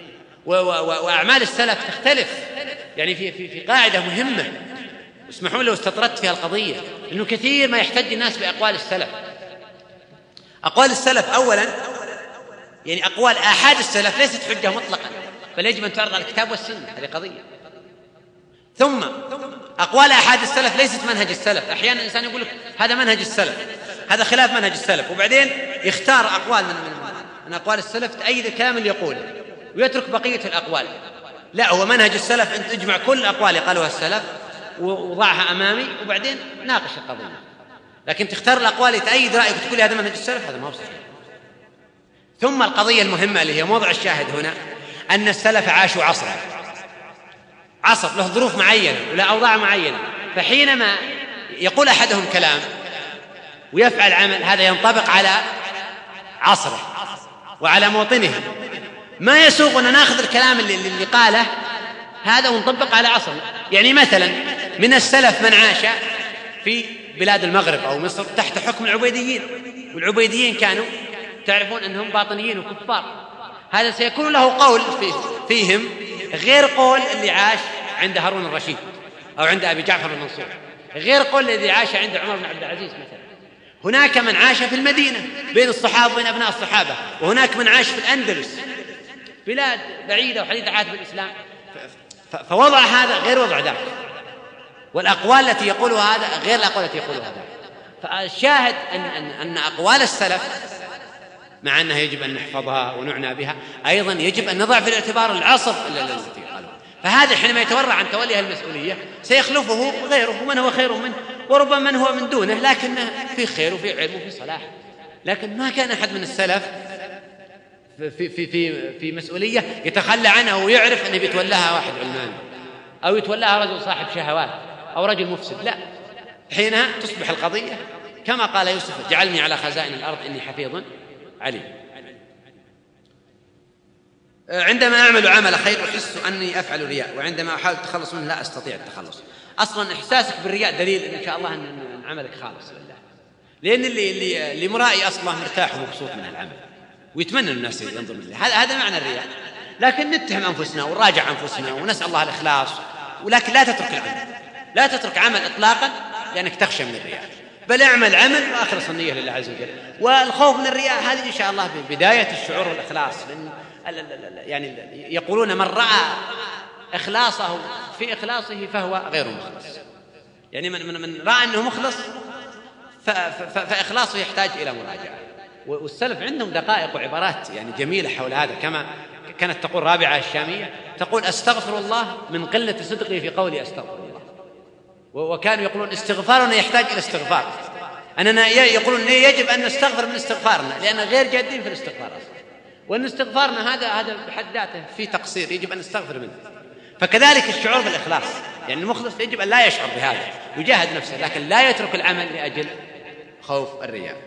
وأعمال السلف تختلف، يعني في في في قاعدة مهمة، اسمحوا لي لو استطردت في القضية، إنه كثير ما يحتج الناس بأقوال السلف. أقوال السلف أولا، يعني أقوال آحاد السلف ليست حجة مطلقا، بل يجب أن تعرض على الكتاب والسنة، هذه قضية. ثم أقوال آحاد السلف ليست منهج السلف. أحيانا الإنسان يقول لك هذا منهج السلف، هذا خلاف منهج السلف، وبعدين يختار أقوال من, من, من أقوال السلف تأيد الكلام اللي يقوله ويترك بقية الأقوال. لا، هو منهج السلف أن تجمع كل الأقوال قالوها السلف ووضعها أمامي وبعدين ناقش القضية. لكن تختار الأقوال تأيد رأيك وتقول هذا منهج السلف، هذا ما هو صحيح. ثم القضية المهمة اللي هي موضع الشاهد هنا، أن السلف عاشوا عصرا، عصر له ظروف معينة ولا أوضاع معينة، فحينما يقول أحدهم كلام ويفعل عمل هذا ينطبق على عصره وعلى موطنه. ما يسوغ أن نأخذ الكلام اللي, اللي قاله هذا ونطبق على عصره. يعني مثلا من السلف من عاش في بلاد المغرب أو مصر تحت حكم العبيديين، والعبيديين كانوا تعرفون أنهم باطنيين وكفار، هذا سيكون له قول في فيهم غير قول اللي عاش عند هارون الرشيد أو عند أبي جعفر المنصور، غير قول الذي عاش عند عمر بن عبد العزيز مثلا. هناك من عاش في المدينة بين الصحابة وبين أبناء الصحابة، وهناك من عاش في الأندلس، بلاد بعيدة وحديثة عهد بالإسلام، فوضع هذا غير وضع ذاك. والأقوال التي يقولها هذا غير الأقوال التي يقولها هذا. فالشاهد أن, أن, أن أقوال السلف مع أنها يجب أن نحفظها ونعنى بها، أيضا يجب أن نضع في الاعتبار العصر التي قالوا. فهذا حينما يتورع عن تولي المسؤولية سيخلفه غيره من هو خير منه، وربما من هو من دونه لكن في خير وفي علم وفي صلاح. لكن ما كان أحد من السلف في, في, في, في مسؤولية يتخلى عنها ويعرف أنه بيتولاها واحد علمان أو يتولاها رجل صاحب شهوات أو رجل مفسد. لا، حينها تصبح القضية كما قال يوسف: جعلني على خزائن الأرض إني حفيظ عليم. عندما أعمل عمل خير أحس أني أفعل رياء، وعندما أحاول التخلص منه لا أستطيع التخلص. أصلا إحساسك بالرياء دليل إن شاء الله أن عملك خالص لله، لأن اللي اللي اللي مرائي أصلا مرتاح ومبسوط من العمل ويتمنى الناس ينظر إليه. هذا هذا معنى الرياء. لكن نتهم أنفسنا ونراجع أنفسنا ونسأل الله الإخلاص، ولكن لا تترك العمل، لا تترك عمل إطلاقا لأنك تخشى من الرياء، بل اعمل عمل وأخلص النية لله عز وجل. والخوف من الرياء هذه إن شاء الله بداية الشعور والإخلاص، لأن يعني يقولون من رأى إخلاصه في إخلاصه فهو غير مخلص. يعني من, من, من رأى أنه مخلص فإخلاصه يحتاج إلى مراجعة. والسلف عندهم دقائق وعبارات يعني جميلة حول هذا، كما كانت تقول رابعة الشامية تقول: أستغفر الله من قلة صدقي في قولي أستغفر الله. وكانوا يقولون استغفارنا يحتاج إلى استغفار، أننا يقولون يجب أن نستغفر من استغفارنا لأن غير جادين في الاستغفار أصلا، وأن استغفارنا هذا هذا بحد ذاته في تقصير يجب أن نستغفر منه. فكذلك الشعور بالإخلاص، يعني المخلص يجب أن لا يشعر بهذا، يجاهد نفسه لكن لا يترك العمل لأجل خوف الرياء.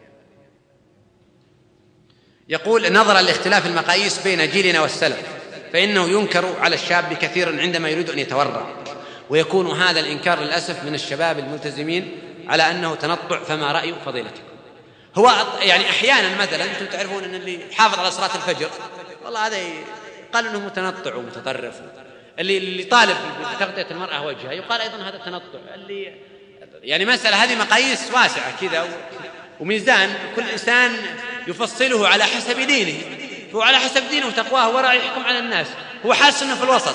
يقول: نظرا لاختلاف المقاييس بين جيلنا والسلف فإنه ينكر على الشاب كثيرا عندما يريد أن يتورع، ويكون هذا الإنكار للأسف من الشباب الملتزمين على أنه تنطع. فما رأي فضيلتكم؟ هو يعني أحيانا مثلا أنتم تعرفون أن اللي حافظ على صلاة الفجر والله هذا قال أنه متنطع ومتطرف، اللي اللي طالب بتغطية المرأة وجهها يقال أيضا هذا تنطع. اللي يعني مسألة هذه مقاييس واسعة كذا وميزان كل إنسان يفصله على حسب دينه، هو على حسب دينه وتقواه ورع يحكم على الناس، هو حاسس أنه في الوسط.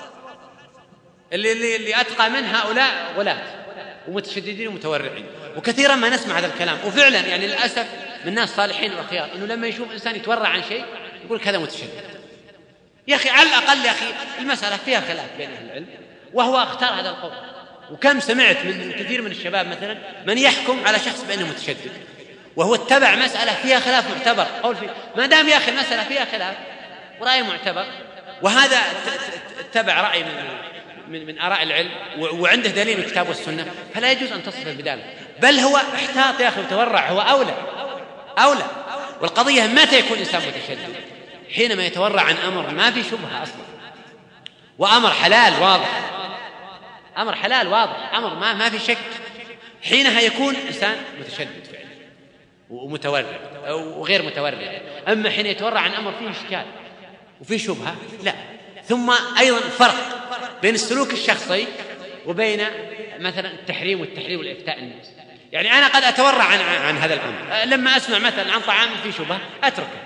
اللي اللي, اللي أتقى من هؤلاء غلاة ومتشددين ومتورعين، وكثيرا ما نسمع هذا الكلام. وفعلا يعني للأسف من الناس صالحين وأخيار إنه لما يشوف إنسان يتورع عن شيء يقول هذا متشدد. يا أخي على الأقل يا أخي المسألة فيها خلاف بين أهل العلم وهو اختار هذا القول. وكم سمعت من كثير من الشباب مثلا من يحكم على شخص بأنه متشدد وهو اتبع مسألة فيها خلاف معتبر، قول فيه ما دام يا أخي المسألة فيها خلاف ورأي معتبر، وهذا اتبع رأي من من, من آراء العلم وعنده دليل من الكتاب والسنة، فلا يجوز أن تصف بداله، بل هو احتاط يا أخي وتورع، هو أولى أولى. والقضية متى يكون إنسان متشدد؟ حينما يتورع عن أمر ما في شبهة أصلا، وأمر حلال واضح، أمر حلال واضح، أمر ما ما في شك، حينها يكون إنسان متشدد فعلا ومتورع أو غير متورع. أما حين يتورع عن أمر فيه إشكال وفيه شبهة لا. ثم أيضا فرق بين السلوك الشخصي وبين مثلا التحريم والتحليل والإفتاء الناس. يعني أنا قد أتورع عن, عن هذا الأمر لما أسمع مثلا عن طعام فيه شبهة أتركه،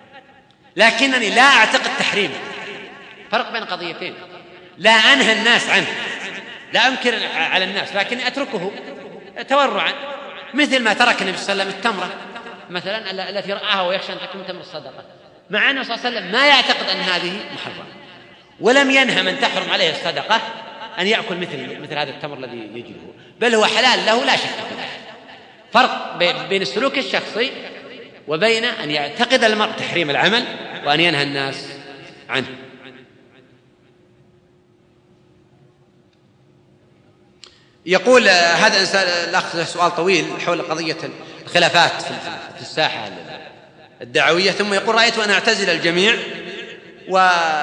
لكنني لا أعتقد تحريمه. فرق بين قضيتين، لا أنهى الناس عنه، لا أنكر على الناس، لكن أتركه تورعا، مثل ما ترك النبي صلى الله عليه وسلم التمرة مثلا التي رآها ويخشى أن تكون تمر الصدقة، مع أنه صلى الله عليه وسلم ما يعتقد أن هذه محرمة، ولم ينهى من تحرم عليه الصدقة أن يأكل مثل مثل هذا التمر الذي يجده، بل هو حلال له لا شك في ذلك. فرق بين السلوك الشخصي وبين أن يعتقد المرء تحريم العمل وأن ينهى الناس عنه. يقول هذا الأخ سؤال طويل حول قضية الخلافات في الساحة الدعوية، ثم يقول: رأيت أن أعتزل الجميع، و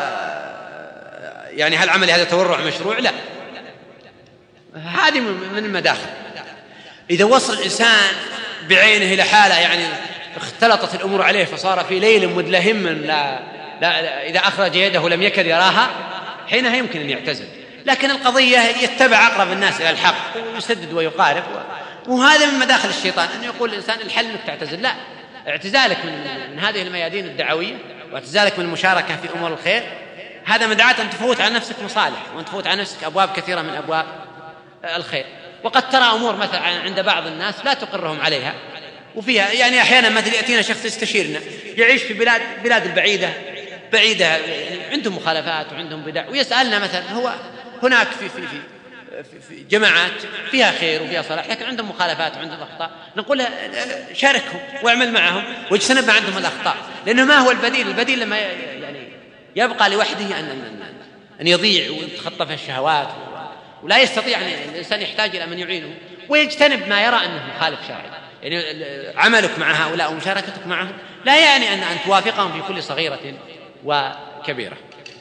يعني هل عملي هذا تورع مشروع؟ لا، هذه من المداخل. إذا وصل الإنسان بعينه إلى حالة يعني اختلطت الأمور عليه فصار في ليل مدلهم لا, لا إذا أخرج يده لم يكد يراها، حينها يمكن أن يعتزل. لكن القضية يتبع أقرب الناس إلى الحق ويسدد ويقارب، وهذا من مداخل الشيطان أن يقول الإنسان الحل أنك تعتزل. لا، اعتزالك من, من هذه الميادين الدعوية واعتزالك من المشاركة في أمور الخير هذا مدعاة أن تفوت على نفسك مصالح وأن تفوت على نفسك أبواب كثيرة من أبواب الخير. وقد ترى أمور مثلا عند بعض الناس لا تقرهم عليها، وفيها يعني أحيانا مثل يأتينا شخص يستشيرنا يعيش في بلاد بلاد البعيدة بعيدة يعني عندهم مخالفات وعندهم بدع، ويسألنا مثلا هو هناك في في في في جماعات فيها خير وفيها صلاح لكن عندهم مخالفات وعندهم أخطاء، نقول له شاركهم واعمل معهم واجتنب عندهم الأخطاء، لأنه ما هو البديل؟ البديل لما يعني يبقى لوحده أن أن أن يضيع ويتخطف الشهوات ولا يستطيع أن الإنسان يحتاج إلى من يعينه ويجتنب ما يرى أنه مخالف شرعي. يعني عملك مع هؤلاء ومشاركتك معهم لا يعني أن أن توافقهم في كل صغيرة وكبيرة.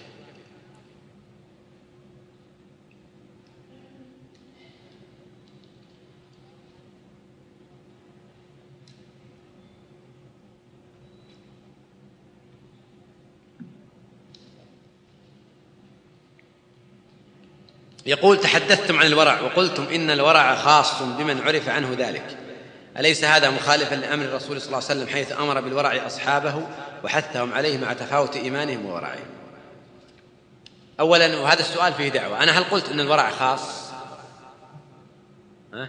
يقول: تحدثتم عن الورع وقلتم إن الورع خاص بمن عرف عنه ذلك، أليس هذا مخالفا لأمر الرسول صلى الله عليه وسلم حيث أمر بالورع أصحابه وحثهم عليه مع تفاوت إيمانهم وورعهم؟ أولا، وهذا السؤال فيه دعوة، أنا هل قلت إن الورع خاص؟ ها؟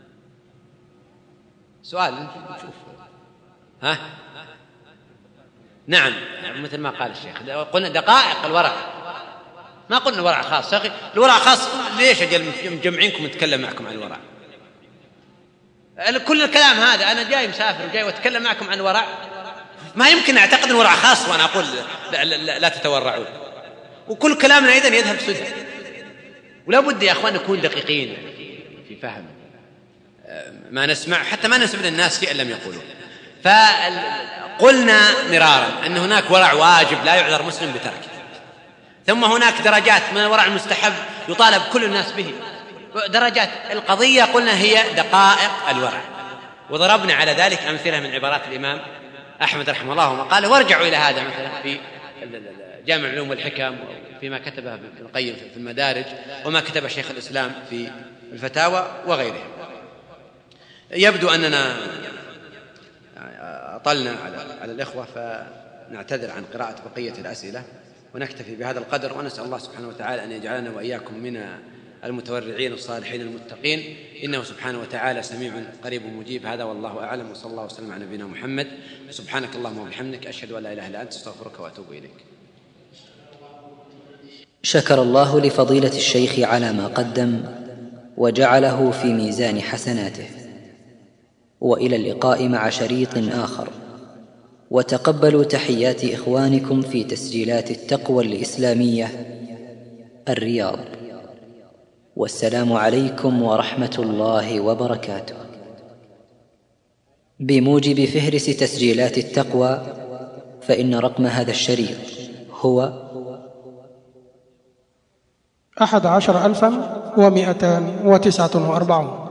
سؤال نشوف. ها؟ نعم مثل ما قال الشيخ، قلنا دقائق الورع، ما قلنا الورع خاص. يا أخي الورع خاص ليش أجل مجمعينكم نتكلم معكم عن الورع؟ كل الكلام هذا أنا جاي مسافر وجاي وأتكلم معكم عن الورع، ما يمكن أعتقد الورع خاص وأنا أقول لا, لا, لا, لا تتورعون، وكل كلامنا إذن يذهب سدى. ولا بد يا أخوان نكون دقيقين في فهم ما نسمع حتى ما نسمع للناس شيئا لم يقولوا. فقلنا مرارا أن هناك ورع واجب لا يعذر مسلم بتركه، ثم هناك درجات من الورع المستحب يطالب كل الناس به، درجات. القضية قلنا هي دقائق الورع، وضربنا على ذلك أمثلة من عبارات الإمام أحمد رحمه الله وما قاله، وارجعوا إلى هذا مثلا في جامع العلوم والحكم وفيما كتبه ابن القيم في المدارج وما كتبه شيخ الإسلام في الفتاوى وغيره. يبدو أننا أطلنا على الإخوة، فنعتذر عن قراءة بقية الأسئلة ونكتفي بهذا القدر، ونسأل الله سبحانه وتعالى أن يجعلنا وإياكم من المتورعين الصالحين المتقين، إنه سبحانه وتعالى سميع قريب مجيب. هذا والله أعلم، وصلى الله وسلم على نبينا محمد. سبحانك اللهم وبحمدك، أشهد أن لا إله إلا أنت، أستغفرك وأتوب إليك. شكر الله لفضيلة الشيخ على ما قدم وجعله في ميزان حسناته، وإلى اللقاء مع شريط آخر، وتقبلوا تحيات إخوانكم في تسجيلات التقوى الإسلامية الرياض، والسلام عليكم ورحمة الله وبركاته. بموجب فهرس تسجيلات التقوى، فإن رقم هذا الشريط هو أحد عشر ألفا ومئتان وتسعة وأربعون.